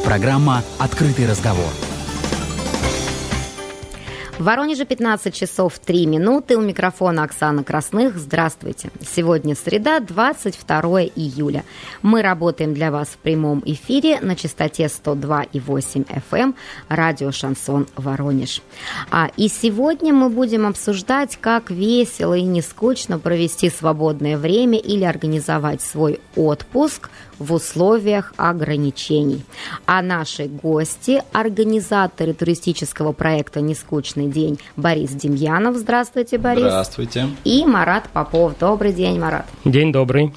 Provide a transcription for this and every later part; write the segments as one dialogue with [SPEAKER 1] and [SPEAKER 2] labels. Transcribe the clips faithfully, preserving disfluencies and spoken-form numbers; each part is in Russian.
[SPEAKER 1] Программа «Открытый разговор».
[SPEAKER 2] В Воронеже пятнадцать часов три минуты. У микрофона Оксана Красных. Здравствуйте. Сегодня среда, двадцать второе июля. Мы работаем для вас в прямом эфире на частоте сто два и восемь эф эм радио «Шансон Воронеж». А, и сегодня мы будем обсуждать, как весело и не скучно провести свободное время или организовать свой отпуск в условиях ограничений. А наши гости, организаторы туристического проекта «Нескучный день» Борис Демьянов. Здравствуйте, Борис.
[SPEAKER 3] Здравствуйте.
[SPEAKER 2] И Марат Попов. Добрый день, Марат.
[SPEAKER 4] День добрый.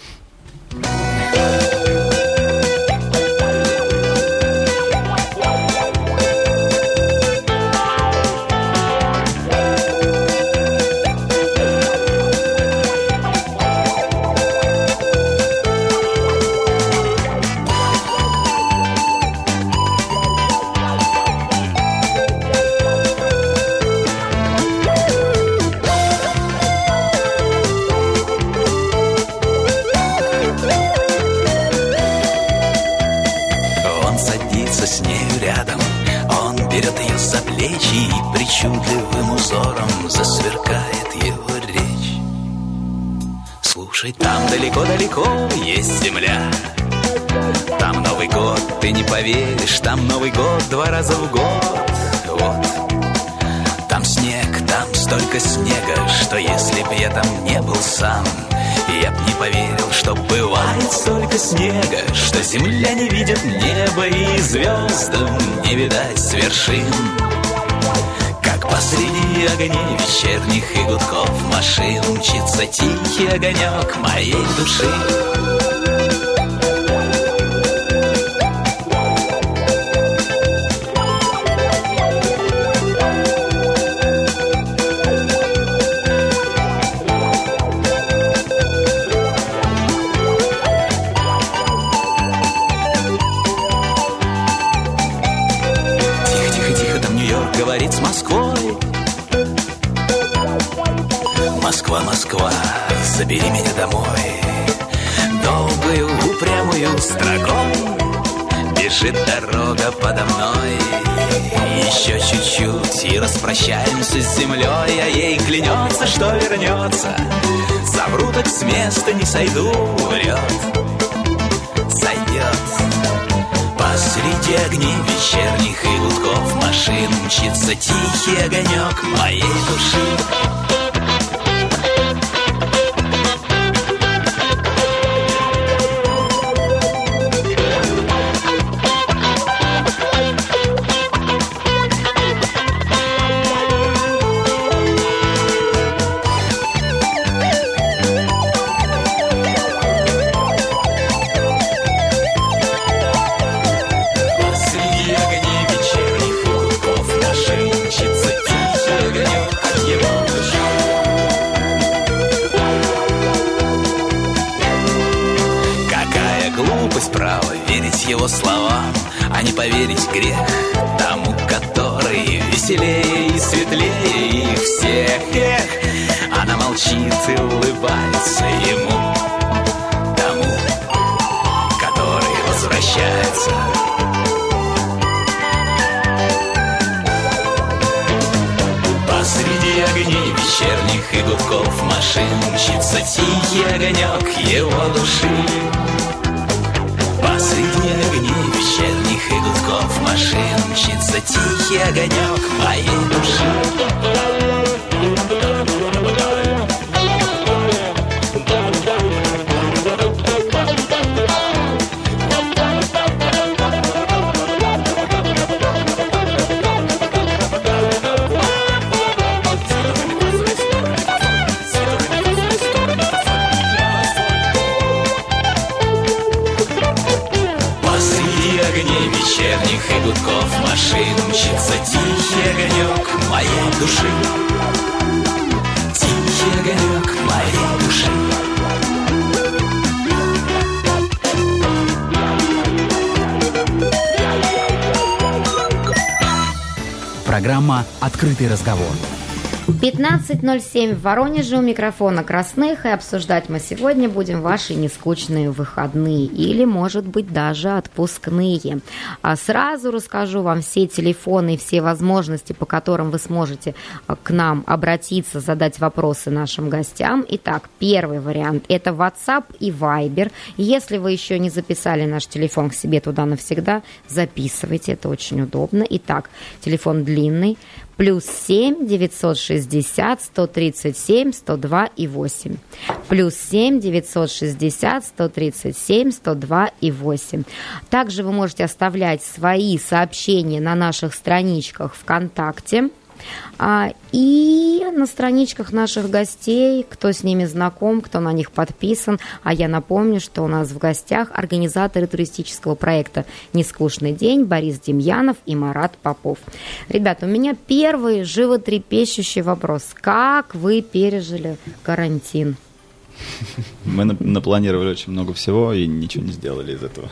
[SPEAKER 5] Причудливым узором засверкает его речь. Слушай, там далеко-далеко есть земля. Там Новый год, ты не поверишь, там Новый год два раза в год. Вот. Там снег, там столько снега, что если б я там не был сам, я б не поверил, что бывает столько снега, что земля не видит неба и звездам не видать с вершин. Посреди огней вечерних и гудков машин мчится тихий огонек моей души. Тихо-тихо-тихо, там Нью-Йорк говорит с Москвой. Москва, Москва, забери меня домой. Долгую упрямую строкой бежит дорога подо мной. Еще чуть-чуть и распрощаемся с землей, а ей клянется, что вернется. Совру, так с места не сойду, врет, сойдет. Посреди огней вечерних и гудков машин мчится тихий огонек моей души. Его словам, а не поверить грех тому, который веселее и светлее их всех. Эх, она молчит и улыбается ему, тому, который возвращается. Посреди огней вечерних и гудков машин мчится тихий огонек его души. Посреди огней вечерних и гудков машин мчится тихий огонек моей души. Вечерних и гудков машин мчится тихий огонек моей души. Тихий огонек моей души.
[SPEAKER 1] Программа «Открытый разговор».
[SPEAKER 2] пятнадцать ноль семь в Воронеже, у микрофона Красных, и обсуждать мы сегодня будем ваши нескучные выходные или, может быть, даже отпускные. А сразу расскажу вам все телефоны и все возможности, по которым вы сможете к нам обратиться, задать вопросы нашим гостям. Итак, первый вариант – это WhatsApp и Viber. Если вы еще не записали наш телефон к себе туда навсегда, записывайте, это очень удобно. Итак, телефон длинный. Плюс семь девятьсот шестьдесят сто тридцать семь сто два и восемь. Плюс семь девятьсот шестьдесят сто тридцать семь сто два и восемь. Также вы можете оставлять свои сообщения на наших страничках ВКонтакте. А, и на страничках наших гостей, кто с ними знаком, кто на них подписан. А я напомню, что у нас в гостях организаторы туристического проекта «Нескучный день» Борис Демьянов и Марат Попов. Ребята, у меня первый животрепещущий вопрос. Как вы пережили карантин?
[SPEAKER 3] Мы напланировали очень много всего и ничего не сделали из этого.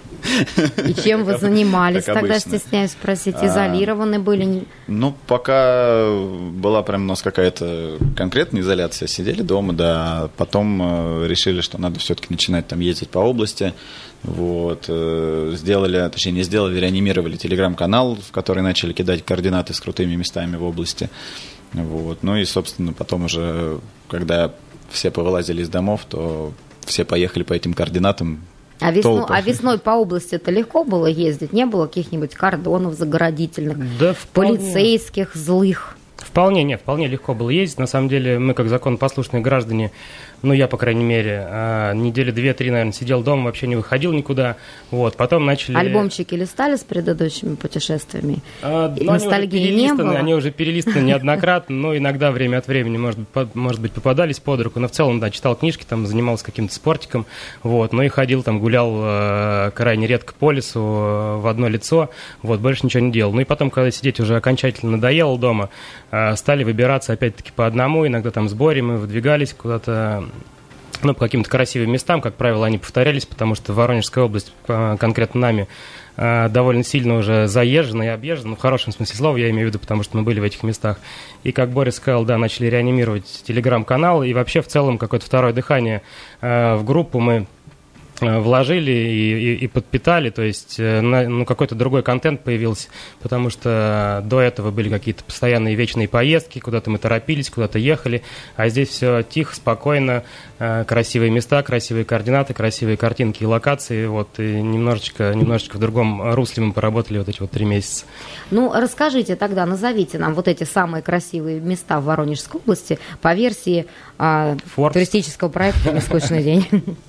[SPEAKER 2] И чем вы занимались? Тогда стесняюсь спросить, изолированы были?
[SPEAKER 3] Ну, пока была прям у нас какая-то конкретная изоляция, сидели дома, да, потом решили, что надо все-таки начинать там ездить по области, вот, сделали, точнее не сделали, реанимировали телеграм-канал, в который начали кидать координаты с крутыми местами в области, вот, ну и, собственно, потом уже, когда все повылазили из домов, то все поехали по этим координатам.
[SPEAKER 2] А, весну, а весной по области это легко было ездить? Не было каких-нибудь кордонов заградительных, да, полицейских злых?
[SPEAKER 4] Вполне, не, вполне легко было ездить. На самом деле мы, как законопослушные граждане, ну, я, по крайней мере, недели две-три, наверное, сидел дома, вообще не выходил никуда. Вот, потом начали...
[SPEAKER 2] Альбомчики листали с предыдущими путешествиями?
[SPEAKER 4] А, ну, ностальгии не было? Они уже перелистаны неоднократно, но иногда время от времени, может быть, может быть, попадались под руку. Но в целом, да, читал книжки, там, занимался каким-то спортиком, вот, ну и ходил, там, гулял э, крайне редко по лесу э, в одно лицо, вот, больше ничего не делал. Ну и потом, когда сидеть уже окончательно надоело дома, э, стали выбираться, опять-таки, по одному, иногда там с Борей мы выдвигались куда-то, ну, по каким-то красивым местам, как правило, они повторялись, потому что Воронежская область, конкретно нами, довольно сильно уже заезжена и объезжена, ну, в хорошем смысле слова, я имею в виду, потому что мы были в этих местах. И, как Борис сказал, да, начали реанимировать телеграм-канал, и вообще, в целом, какое-то второе дыхание в группу мы вложили и, и, и подпитали, то есть на, ну, какой-то другой контент появился, потому что до этого были какие-то постоянные вечные поездки, куда-то мы торопились, куда-то ехали, а здесь все тихо, спокойно, красивые места, красивые координаты, красивые картинки и локации, вот, и немножечко, немножечко в другом русле мы поработали вот эти вот три месяца.
[SPEAKER 2] Ну, расскажите тогда, назовите нам вот эти самые красивые места в Воронежской области по версии а, туристического проекта «Нескучный день».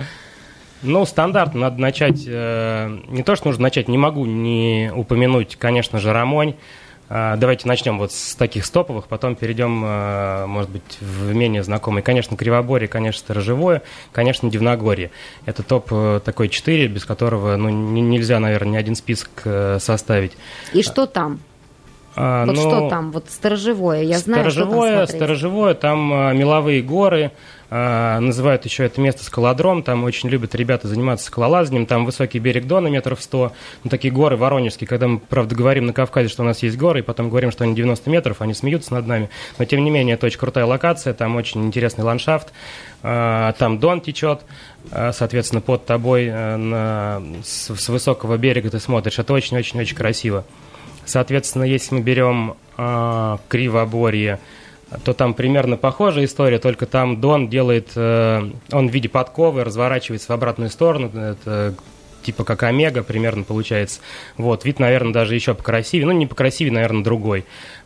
[SPEAKER 4] Ну, стандартно надо начать, э, не то, что нужно начать, не могу не упомянуть, конечно же, Ромонь. Э, давайте начнем вот с таких стоповых, потом перейдем, э, может быть, в менее знакомые. Конечно, Кривоборье, конечно, Сторожевое, конечно, Дивногорье. Это топ э, такой четыре, без которого, ну, не, нельзя, наверное, ни один список э, составить.
[SPEAKER 2] И что там? А, вот ну, что там? Вот Сторожевое, я знаю, что там смотреть.
[SPEAKER 4] Сторожевое, там а, меловые горы, а, называют еще это место скалодром, там очень любят ребята заниматься скалолазанием, там высокий берег Дона, метров сто, ну, такие горы воронежские, когда мы, правда, говорим на Кавказе, что у нас есть горы, и потом говорим, что они девяносто метров, они смеются над нами, но, тем не менее, это очень крутая локация, там очень интересный ландшафт, а, там Дон течет, а, соответственно, под тобой а, на, с, с высокого берега ты смотришь, это очень-очень-очень красиво. Соответственно, если мы берем э, Кривоборье, то там примерно похожая история, только там Дон делает, э, он в виде подковы разворачивается в обратную сторону, это типа как омега примерно получается. Вот, вид, наверное, даже еще покрасивее, ну не покрасивее, наверное, другой.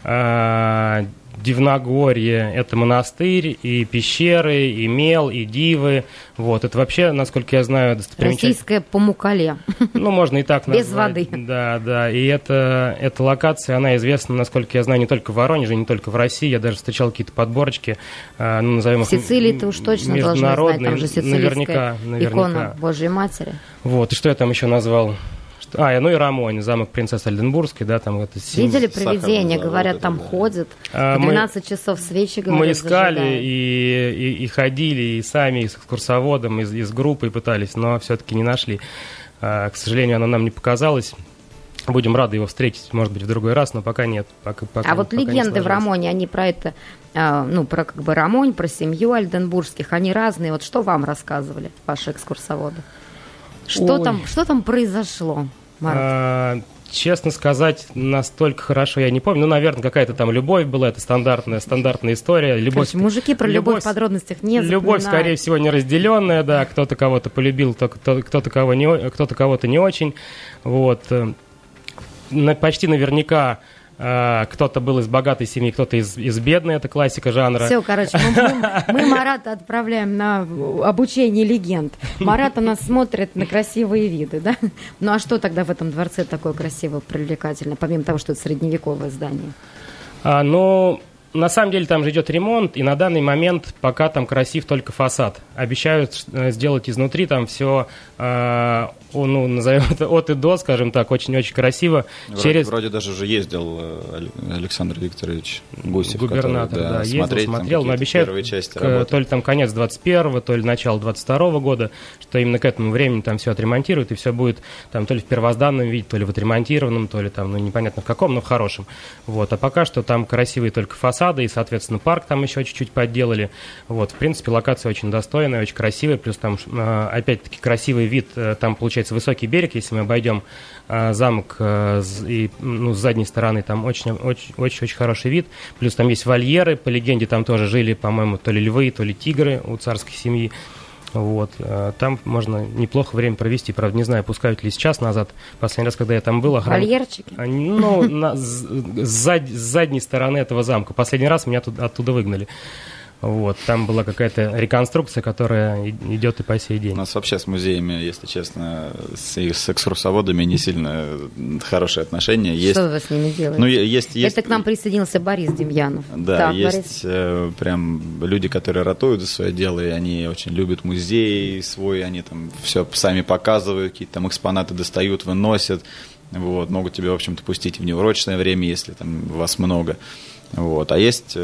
[SPEAKER 4] Э, Дивногорье – это монастырь, и пещеры, и мел, и дивы. Вот, это вообще, насколько я знаю, достопримечательность.
[SPEAKER 2] Российское Памукале.
[SPEAKER 4] Ну, можно и так назвать.
[SPEAKER 2] Без воды.
[SPEAKER 4] Да, да. И это, эта локация, она известна, насколько я знаю, не только в Воронеже, не только в России. Я даже встречал какие-то подборочки, ну, назовем их
[SPEAKER 2] Сицилии-то уж точно должны знать, там же сицилийская
[SPEAKER 4] наверняка, наверняка.
[SPEAKER 2] икона Божьей Матери.
[SPEAKER 4] Вот, и что я там еще назвал? А, ну и Ромонь, замок принцессы Ольденбургской, да, там это...
[SPEAKER 2] Видели привидения, говорят, там ходят,
[SPEAKER 4] а,
[SPEAKER 2] двенадцать мы, часов свечи, говорят,
[SPEAKER 4] мы искали и, и, и ходили, и сами, и с экскурсоводом, и, и с группой пытались, но все-таки не нашли. А, к сожалению, оно нам не показалось. Будем рады его встретить, может быть, в другой раз, но пока нет. Пока, пока,
[SPEAKER 2] а вот
[SPEAKER 4] пока
[SPEAKER 2] легенды в Рамоне, они про это, ну, про как бы Рамонь, про семью Ольденбургских, они разные. Вот что вам рассказывали ваши экскурсоводы? Что, там, что там произошло, Марат?
[SPEAKER 4] А, честно сказать, настолько хорошо я не помню. Ну, наверное, какая-то там любовь была, это стандартная, стандартная история. Любовь,
[SPEAKER 2] Короче, мужики про любовь, любовь в подробностях не запоминают.
[SPEAKER 4] Любовь, скорее всего, неразделенная, да, кто-то кого-то полюбил, кто-то, кто-то, кого не, кто-то кого-то не очень. Вот. Почти наверняка э, кто-то был из богатой семьи, кто-то из, из бедной, это классика жанра.
[SPEAKER 2] Все, короче, мы, мы, мы Марата отправляем на обучение легенд. Марат у нас смотрит на красивые виды, да? Ну а что тогда в этом дворце такое красивое, привлекательное, помимо того, что это средневековое здание? А,
[SPEAKER 4] ну... На самом деле там же идет ремонт, и на данный момент пока там красив только фасад. Обещают сделать изнутри там все, э, ну, назовем это от и до, скажем так, очень-очень красиво.
[SPEAKER 3] Вроде,
[SPEAKER 4] Через...
[SPEAKER 3] вроде даже уже ездил Александр Викторович Гусев,
[SPEAKER 4] губернатор,
[SPEAKER 3] который, да,
[SPEAKER 4] да, ездил,
[SPEAKER 3] смотреть,
[SPEAKER 4] смотрел, но обещают
[SPEAKER 3] части
[SPEAKER 4] к, то ли там конец двадцать первого, то ли начало двадцать второго года, что именно к этому времени там все отремонтируют, и все будет там то ли в первозданном виде, то ли в отремонтированном, то ли там, ну, непонятно в каком, но в хорошем. Вот. А пока что там красивые только фасады, и, соответственно, парк там еще чуть-чуть подделали. Вот, в принципе, локация очень достойная, очень красивая, плюс там, опять-таки, красивый вид, там, получается, высокий берег, если мы обойдем замок и, ну, с задней стороны, там очень-очень хороший вид, плюс там есть вольеры, по легенде, там тоже жили, по-моему, то ли львы, то ли тигры у царской семьи. Вот. Там можно неплохо время провести. Правда, не знаю, пускают ли сейчас назад. Последний раз, когда я там был, охрана...
[SPEAKER 2] Вольерчики?
[SPEAKER 4] Ну, на, с, зад, с задней стороны этого замка. Последний раз меня тут, оттуда выгнали. Вот. Там была какая-то реконструкция, которая идет и по сей день.
[SPEAKER 3] У нас вообще с музеями, если честно, с, с экскурсоводами не сильно хорошие отношения. Есть...
[SPEAKER 2] Что вы с ними делаете?
[SPEAKER 3] Ну, есть, есть...
[SPEAKER 2] Это к нам присоединился Борис Демьянов.
[SPEAKER 3] Да,
[SPEAKER 2] так,
[SPEAKER 3] есть Борис. Прям люди, которые ратуют за свое дело, и они очень любят музей свой, они там все сами показывают, какие-то там экспонаты достают, выносят. Вот, могут тебя, в общем-то, пустить в неурочное время, если там вас много. Вот. А есть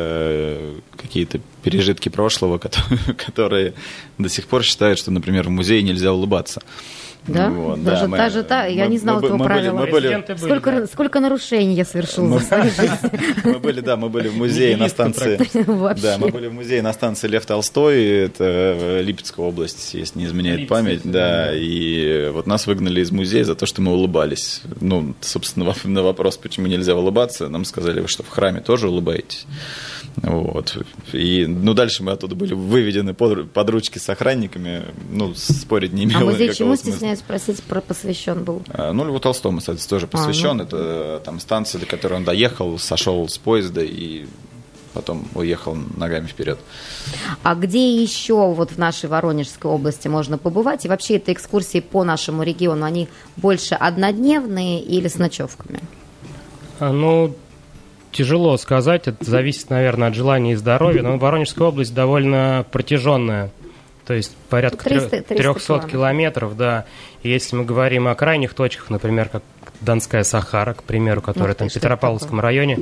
[SPEAKER 3] э, какие-то пережитки прошлого, которые, которые до сих пор считают, что, например, в музее нельзя улыбаться.
[SPEAKER 2] Да?
[SPEAKER 3] Вот,
[SPEAKER 2] даже
[SPEAKER 3] да, мы,
[SPEAKER 2] та же та, я
[SPEAKER 3] мы,
[SPEAKER 2] не знала
[SPEAKER 3] мы,
[SPEAKER 2] этого
[SPEAKER 3] мы
[SPEAKER 2] правила.
[SPEAKER 3] Были, мы были,
[SPEAKER 2] сколько,
[SPEAKER 4] были, да.
[SPEAKER 2] сколько нарушений я совершил
[SPEAKER 3] мы,
[SPEAKER 2] за свою жизнь.
[SPEAKER 3] Мы были, да, мы были в музее на станции. Да, мы были в музее на станции Лев Толстой, это Липецкая область, если не изменяет Липецк, память, да, и вот нас выгнали из музея за то, что мы улыбались. Ну, собственно, на вопрос, почему нельзя улыбаться, нам сказали, вы что, в храме тоже улыбаетесь? Вот. И, ну, дальше мы оттуда были выведены под, под ручки с охранниками, ну, спорить не имело
[SPEAKER 2] никакого смысла. А музей чему,
[SPEAKER 3] смысла.
[SPEAKER 2] Стесняюсь спросить, про посвящен был?
[SPEAKER 3] А, ну, Льву Толстому, кстати, тоже посвящен. А, ну. Это там станция, до которой он доехал, сошел с поезда и потом уехал ногами вперед.
[SPEAKER 2] А где еще вот в нашей Воронежской области можно побывать? И вообще это экскурсии по нашему региону, они больше однодневные или с ночевками?
[SPEAKER 4] А, ну... Тяжело сказать, это зависит, наверное, от желания и здоровья, но Воронежская область довольно протяженная, то есть порядка триста, триста трехсот километров, да. И если мы говорим о крайних точках, например, как Донская Сахара, к примеру, которая там в Петропавловском районе,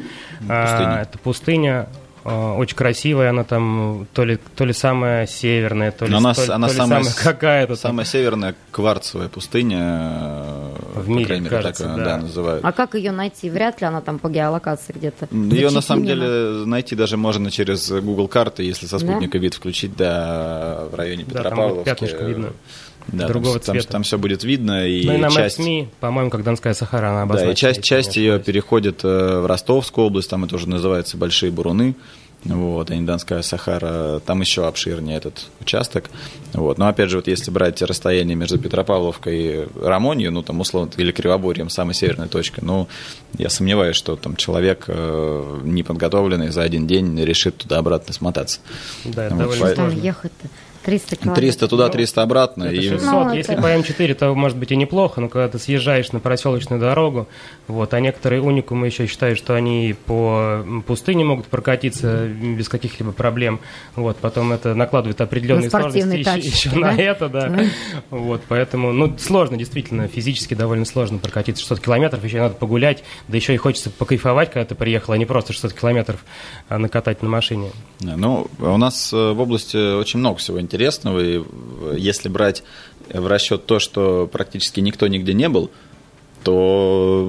[SPEAKER 4] а, это пустыня. Очень красивая, она там то ли, то ли самая северная, то ли,
[SPEAKER 3] она,
[SPEAKER 4] то,
[SPEAKER 3] она
[SPEAKER 4] то ли
[SPEAKER 3] самая,
[SPEAKER 4] самая какая-то.
[SPEAKER 3] Самая северная кварцевая пустыня,
[SPEAKER 4] в мире,
[SPEAKER 3] по крайней мере,
[SPEAKER 4] кажется,
[SPEAKER 3] так
[SPEAKER 4] да.
[SPEAKER 3] Да, называют.
[SPEAKER 2] А как ее найти? Вряд ли она там по геолокации где-то.
[SPEAKER 3] Ее на самом деле найти даже можно через Google карты, если со спутника
[SPEAKER 2] да?
[SPEAKER 3] вид включить, да, в районе Петропавловки.
[SPEAKER 4] Да, там вот пятнышко видно.
[SPEAKER 3] Да,
[SPEAKER 4] другого
[SPEAKER 3] там,
[SPEAKER 4] цвета.
[SPEAKER 3] Там, там все будет видно. И
[SPEAKER 4] ну и на
[SPEAKER 3] часть...
[SPEAKER 4] СМИ, по-моему, как Донская Сахара, она обозначена.
[SPEAKER 3] Да, и часть, часть ее переходит в Ростовскую область, там это уже называется Большие Буруны. Вот, а не Донская Сахара, там еще обширнее этот участок. Вот. Но опять же, вот если брать расстояние между Петропавловкой и Рамонью, ну там условно, или Кривоборьем, самой северной точкой, ну, я сомневаюсь, что там человек э, неподготовленный за один день решит туда-обратно смотаться.
[SPEAKER 4] Да, это
[SPEAKER 3] вот,
[SPEAKER 4] довольно
[SPEAKER 3] поэтому...
[SPEAKER 4] сложно.
[SPEAKER 2] ехать-то? триста километров.
[SPEAKER 3] триста туда, триста обратно.
[SPEAKER 4] Это
[SPEAKER 3] и...
[SPEAKER 4] шестьсот.
[SPEAKER 2] Ну,
[SPEAKER 4] Если
[SPEAKER 2] это...
[SPEAKER 4] по эм четыре, то может быть и неплохо, но когда ты съезжаешь на проселочную дорогу, вот, а некоторые уникумы еще считают, что они по пустыне могут прокатиться без каких-либо проблем. Вот, потом это накладывает определенные сложности
[SPEAKER 2] тачке,
[SPEAKER 4] еще, еще
[SPEAKER 2] да?
[SPEAKER 4] на это, да. Вот, поэтому, ну, сложно, действительно, физически довольно сложно прокатиться шестьсот километров, еще надо погулять, да еще и хочется покайфовать, когда ты приехал, а не просто шестьсот километров накатать на машине.
[SPEAKER 3] Ну, у нас в области очень много всего интересного, и если брать в расчет то, что практически никто нигде не был, то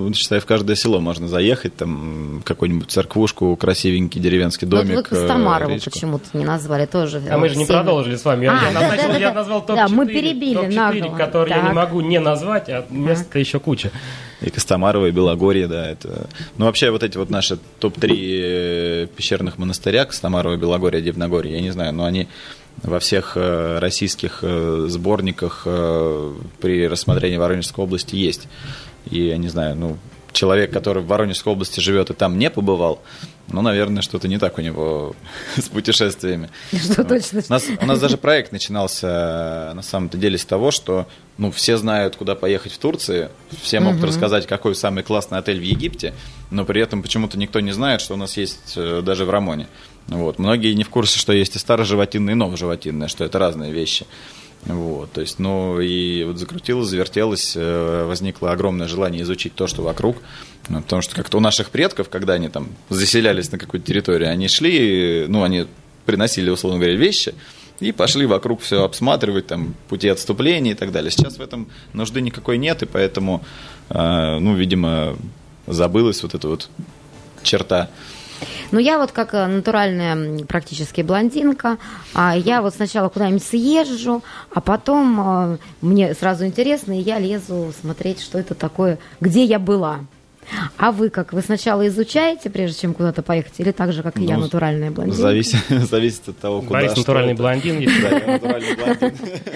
[SPEAKER 3] ну, считай, в каждое село можно заехать, там, какую-нибудь церквушку, красивенький деревенский домик.
[SPEAKER 2] Вот вы Костомарово почему-то не назвали тоже.
[SPEAKER 4] А мы же не продолжили с вами.
[SPEAKER 2] А,
[SPEAKER 4] я,
[SPEAKER 2] да,
[SPEAKER 4] назначил,
[SPEAKER 2] да, да,
[SPEAKER 4] я
[SPEAKER 2] да.
[SPEAKER 4] назвал топ-четыре,
[SPEAKER 2] да, мы перебили
[SPEAKER 4] топ-четыре, которые
[SPEAKER 2] так.
[SPEAKER 4] я не могу не назвать, а мест-то еще куча.
[SPEAKER 3] И Костомарово, и Белогорье, да. Это... Ну, вообще, вот эти вот наши топ-три пещерных монастыря, Костомарово, Белогорье, Дивногорье, я не знаю, но они во всех российских сборниках при рассмотрении Воронежской области есть. И, я не знаю, ну, человек, который в Воронежской области живет и там не побывал, ну, наверное, что-то не так у него с путешествиями.
[SPEAKER 2] Что точно?
[SPEAKER 3] У нас, у нас даже проект начинался, на самом-то деле, с того, что ну, все знают, куда поехать в Турции, все могут угу. рассказать, какой самый классный отель в Египте, но при этом почему-то никто не знает, что у нас есть даже в Рамоне. Вот. Многие не в курсе, что есть и староживотинное, и новоживотинное, что это разные вещи. Вот, то есть, ну, и вот закрутилось, завертелось, возникло огромное желание изучить то, что вокруг, потому что как-то у наших предков, когда они там заселялись на какую-то территорию, они шли, ну, они приносили, условно говоря, вещи и пошли вокруг все обсматривать, там, пути отступления и так далее. Сейчас в этом нужды никакой нет, и поэтому, ну, видимо, забылась вот эта вот черта.
[SPEAKER 2] Ну, я вот как натуральная практически блондинка, я вот сначала куда-нибудь съезжу, а потом мне сразу интересно, и я лезу смотреть, что это такое, где я была. А вы как? Вы сначала изучаете, прежде чем куда-то поехать, или так же, как и ну, я, натуральная блондинка?
[SPEAKER 3] Зависит, зависит от того, куда.
[SPEAKER 4] Борис натуральный блондин.
[SPEAKER 3] Да, я натуральный блондин.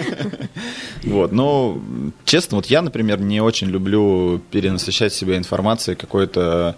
[SPEAKER 3] Вот, ну, честно, вот я, например, не очень люблю перенасыщать себя информацией какой-то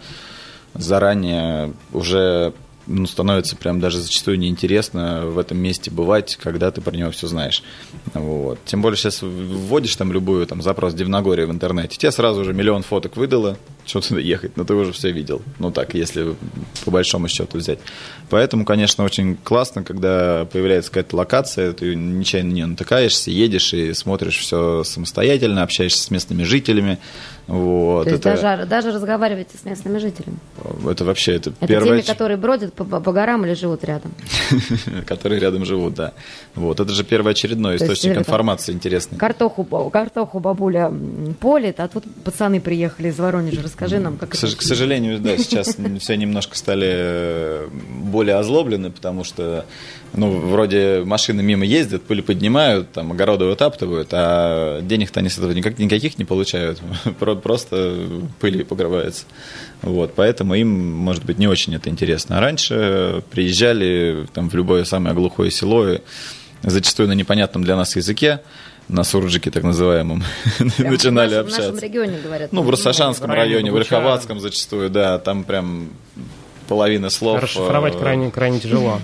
[SPEAKER 3] заранее уже ну, становится прям даже зачастую неинтересно в этом месте бывать, когда ты про него все знаешь. Вот. Тем более сейчас вводишь там любую там, запрос Дивногорье в интернете, тебе сразу уже миллион фоток выдало, что туда ехать, но ты уже все видел. Ну так, если по большому счету взять. Поэтому, конечно, очень классно, когда появляется какая-то локация, ты нечаянно на нее натыкаешься, едешь и смотришь все самостоятельно, общаешься с местными жителями. Вот.
[SPEAKER 2] То есть
[SPEAKER 3] это...
[SPEAKER 2] даже, даже разговариваете с местными жителями?
[SPEAKER 3] Это вообще это,
[SPEAKER 2] это
[SPEAKER 3] первое...
[SPEAKER 2] теми, которые бродят по, по горам или живут рядом?
[SPEAKER 3] Которые рядом живут, да. Вот. Это же первоочередной источник информации интересный.
[SPEAKER 2] Картоху, картоху бабуля полит, а тут пацаны приехали из Воронежа. Расскажи нам, как
[SPEAKER 3] к
[SPEAKER 2] это...
[SPEAKER 3] К сожалению, да, сейчас все немножко стали более озлоблены, потому что ну, вроде машины мимо ездят, пыль поднимают, там, огороды вытаптывают, а денег-то они с этого никак, никаких не получают. Просто пылью покрывается. Вот, поэтому им, может быть, не очень это интересно. А раньше приезжали там, в любое самое глухое село, зачастую на непонятном для нас языке, на суржике так называемом, начинали
[SPEAKER 2] в нашем,
[SPEAKER 3] общаться.
[SPEAKER 2] В нашем регионе говорят.
[SPEAKER 3] Ну, в Росошанском
[SPEAKER 4] ну,
[SPEAKER 3] районе, в Ольховатском зачастую, да, там прям половина слов.
[SPEAKER 4] Расшифровать крайне, крайне тяжело.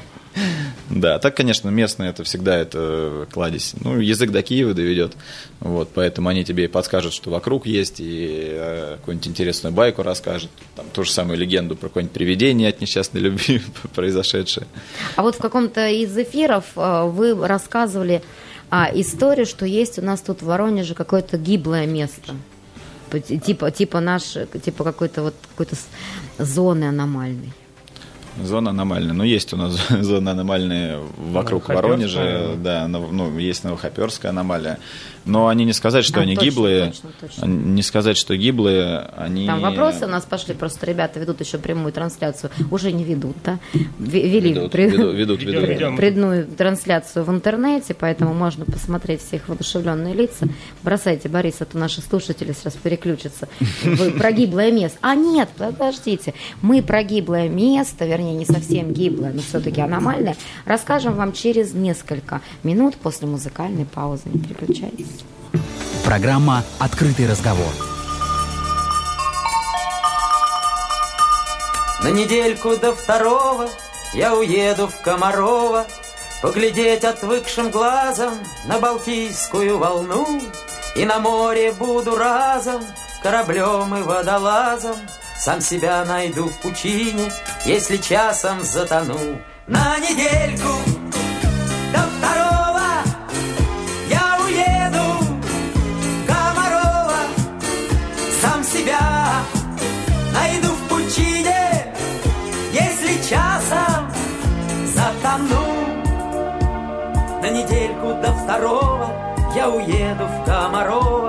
[SPEAKER 3] Да, так, конечно, местные это всегда это кладезь. Ну, язык до Киева доведет, вот, поэтому они тебе и подскажут, что вокруг есть, и э, какую-нибудь интересную байку расскажут, там, ту же самую легенду про какое-нибудь привидение от несчастной любви произошедшее.
[SPEAKER 2] А вот в каком-то из эфиров э, вы рассказывали а, историю, что есть у нас тут в Воронеже какое-то гиблое место, типа, типа, наш, типа какой-то вот какой-то зоны аномальной.
[SPEAKER 3] Зона аномальная. Ну, есть у нас зона аномальная вокруг Воронежа. Да, ну, есть Новохоперская аномалия. Но они не сказать, что а, они точно, гиблые. Точно, точно. Не сказать, что гиблые. Они...
[SPEAKER 2] Там вопросы у нас пошли. Просто ребята ведут еще прямую трансляцию. Уже не ведут, да? Вели
[SPEAKER 3] ведут,
[SPEAKER 2] пред...
[SPEAKER 3] ведут, ведут, ведут.
[SPEAKER 2] Пред... предную трансляцию в интернете, поэтому можно посмотреть всех воодушевленные лица. Бросайте, Борис, а то наши слушатели сейчас переключатся. Вы про гиблое место. А нет, подождите. Мы про гиблое место, вернее, не совсем гиблое, но все-таки аномальное, расскажем вам через несколько минут после музыкальной паузы. Не переключайтесь.
[SPEAKER 1] Программа «Открытый разговор».
[SPEAKER 6] На недельку до второго я уеду в Комарово, поглядеть отвыкшим глазом на Балтийскую волну, и на море буду разом кораблем и водолазом. Сам себя найду в пучине, если часом затону. На недельку до второго я уеду в Комарово. Сам себя найду в пучине, если часом затону. На недельку до второго я уеду в Комарово,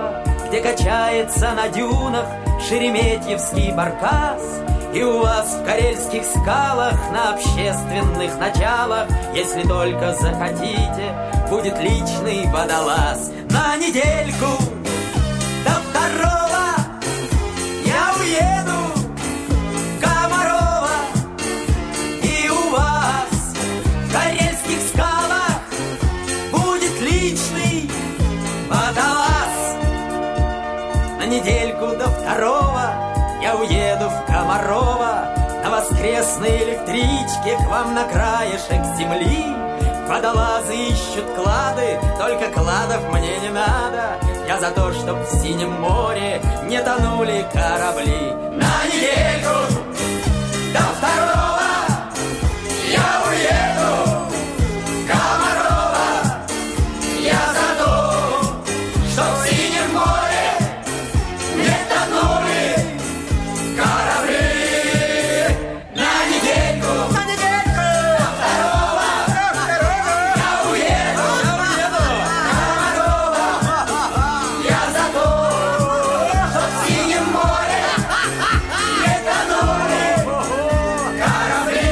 [SPEAKER 6] где качается на дюнах Шереметьевский баркас. И у вас в карельских скалах на общественных началах, если только захотите, будет личный водолаз. На недельку до второго я уеду в Комарова, и у вас в карельских скалах будет личный водолаз. На недельку до второго я уеду в Комарова на воскресной электричке к вам на краешек земли. Водолазы ищут клады, только кладов мне не надо. Я за то, чтоб в синем море не тонули корабли. На недельку до второго я уеду в Комарова. Я за то, чтоб в синем море не тонули корабли. На недельку, на недельку до второго я уеду, я уеду в Комарова. Я за то, чтоб в синем море не тонули корабли.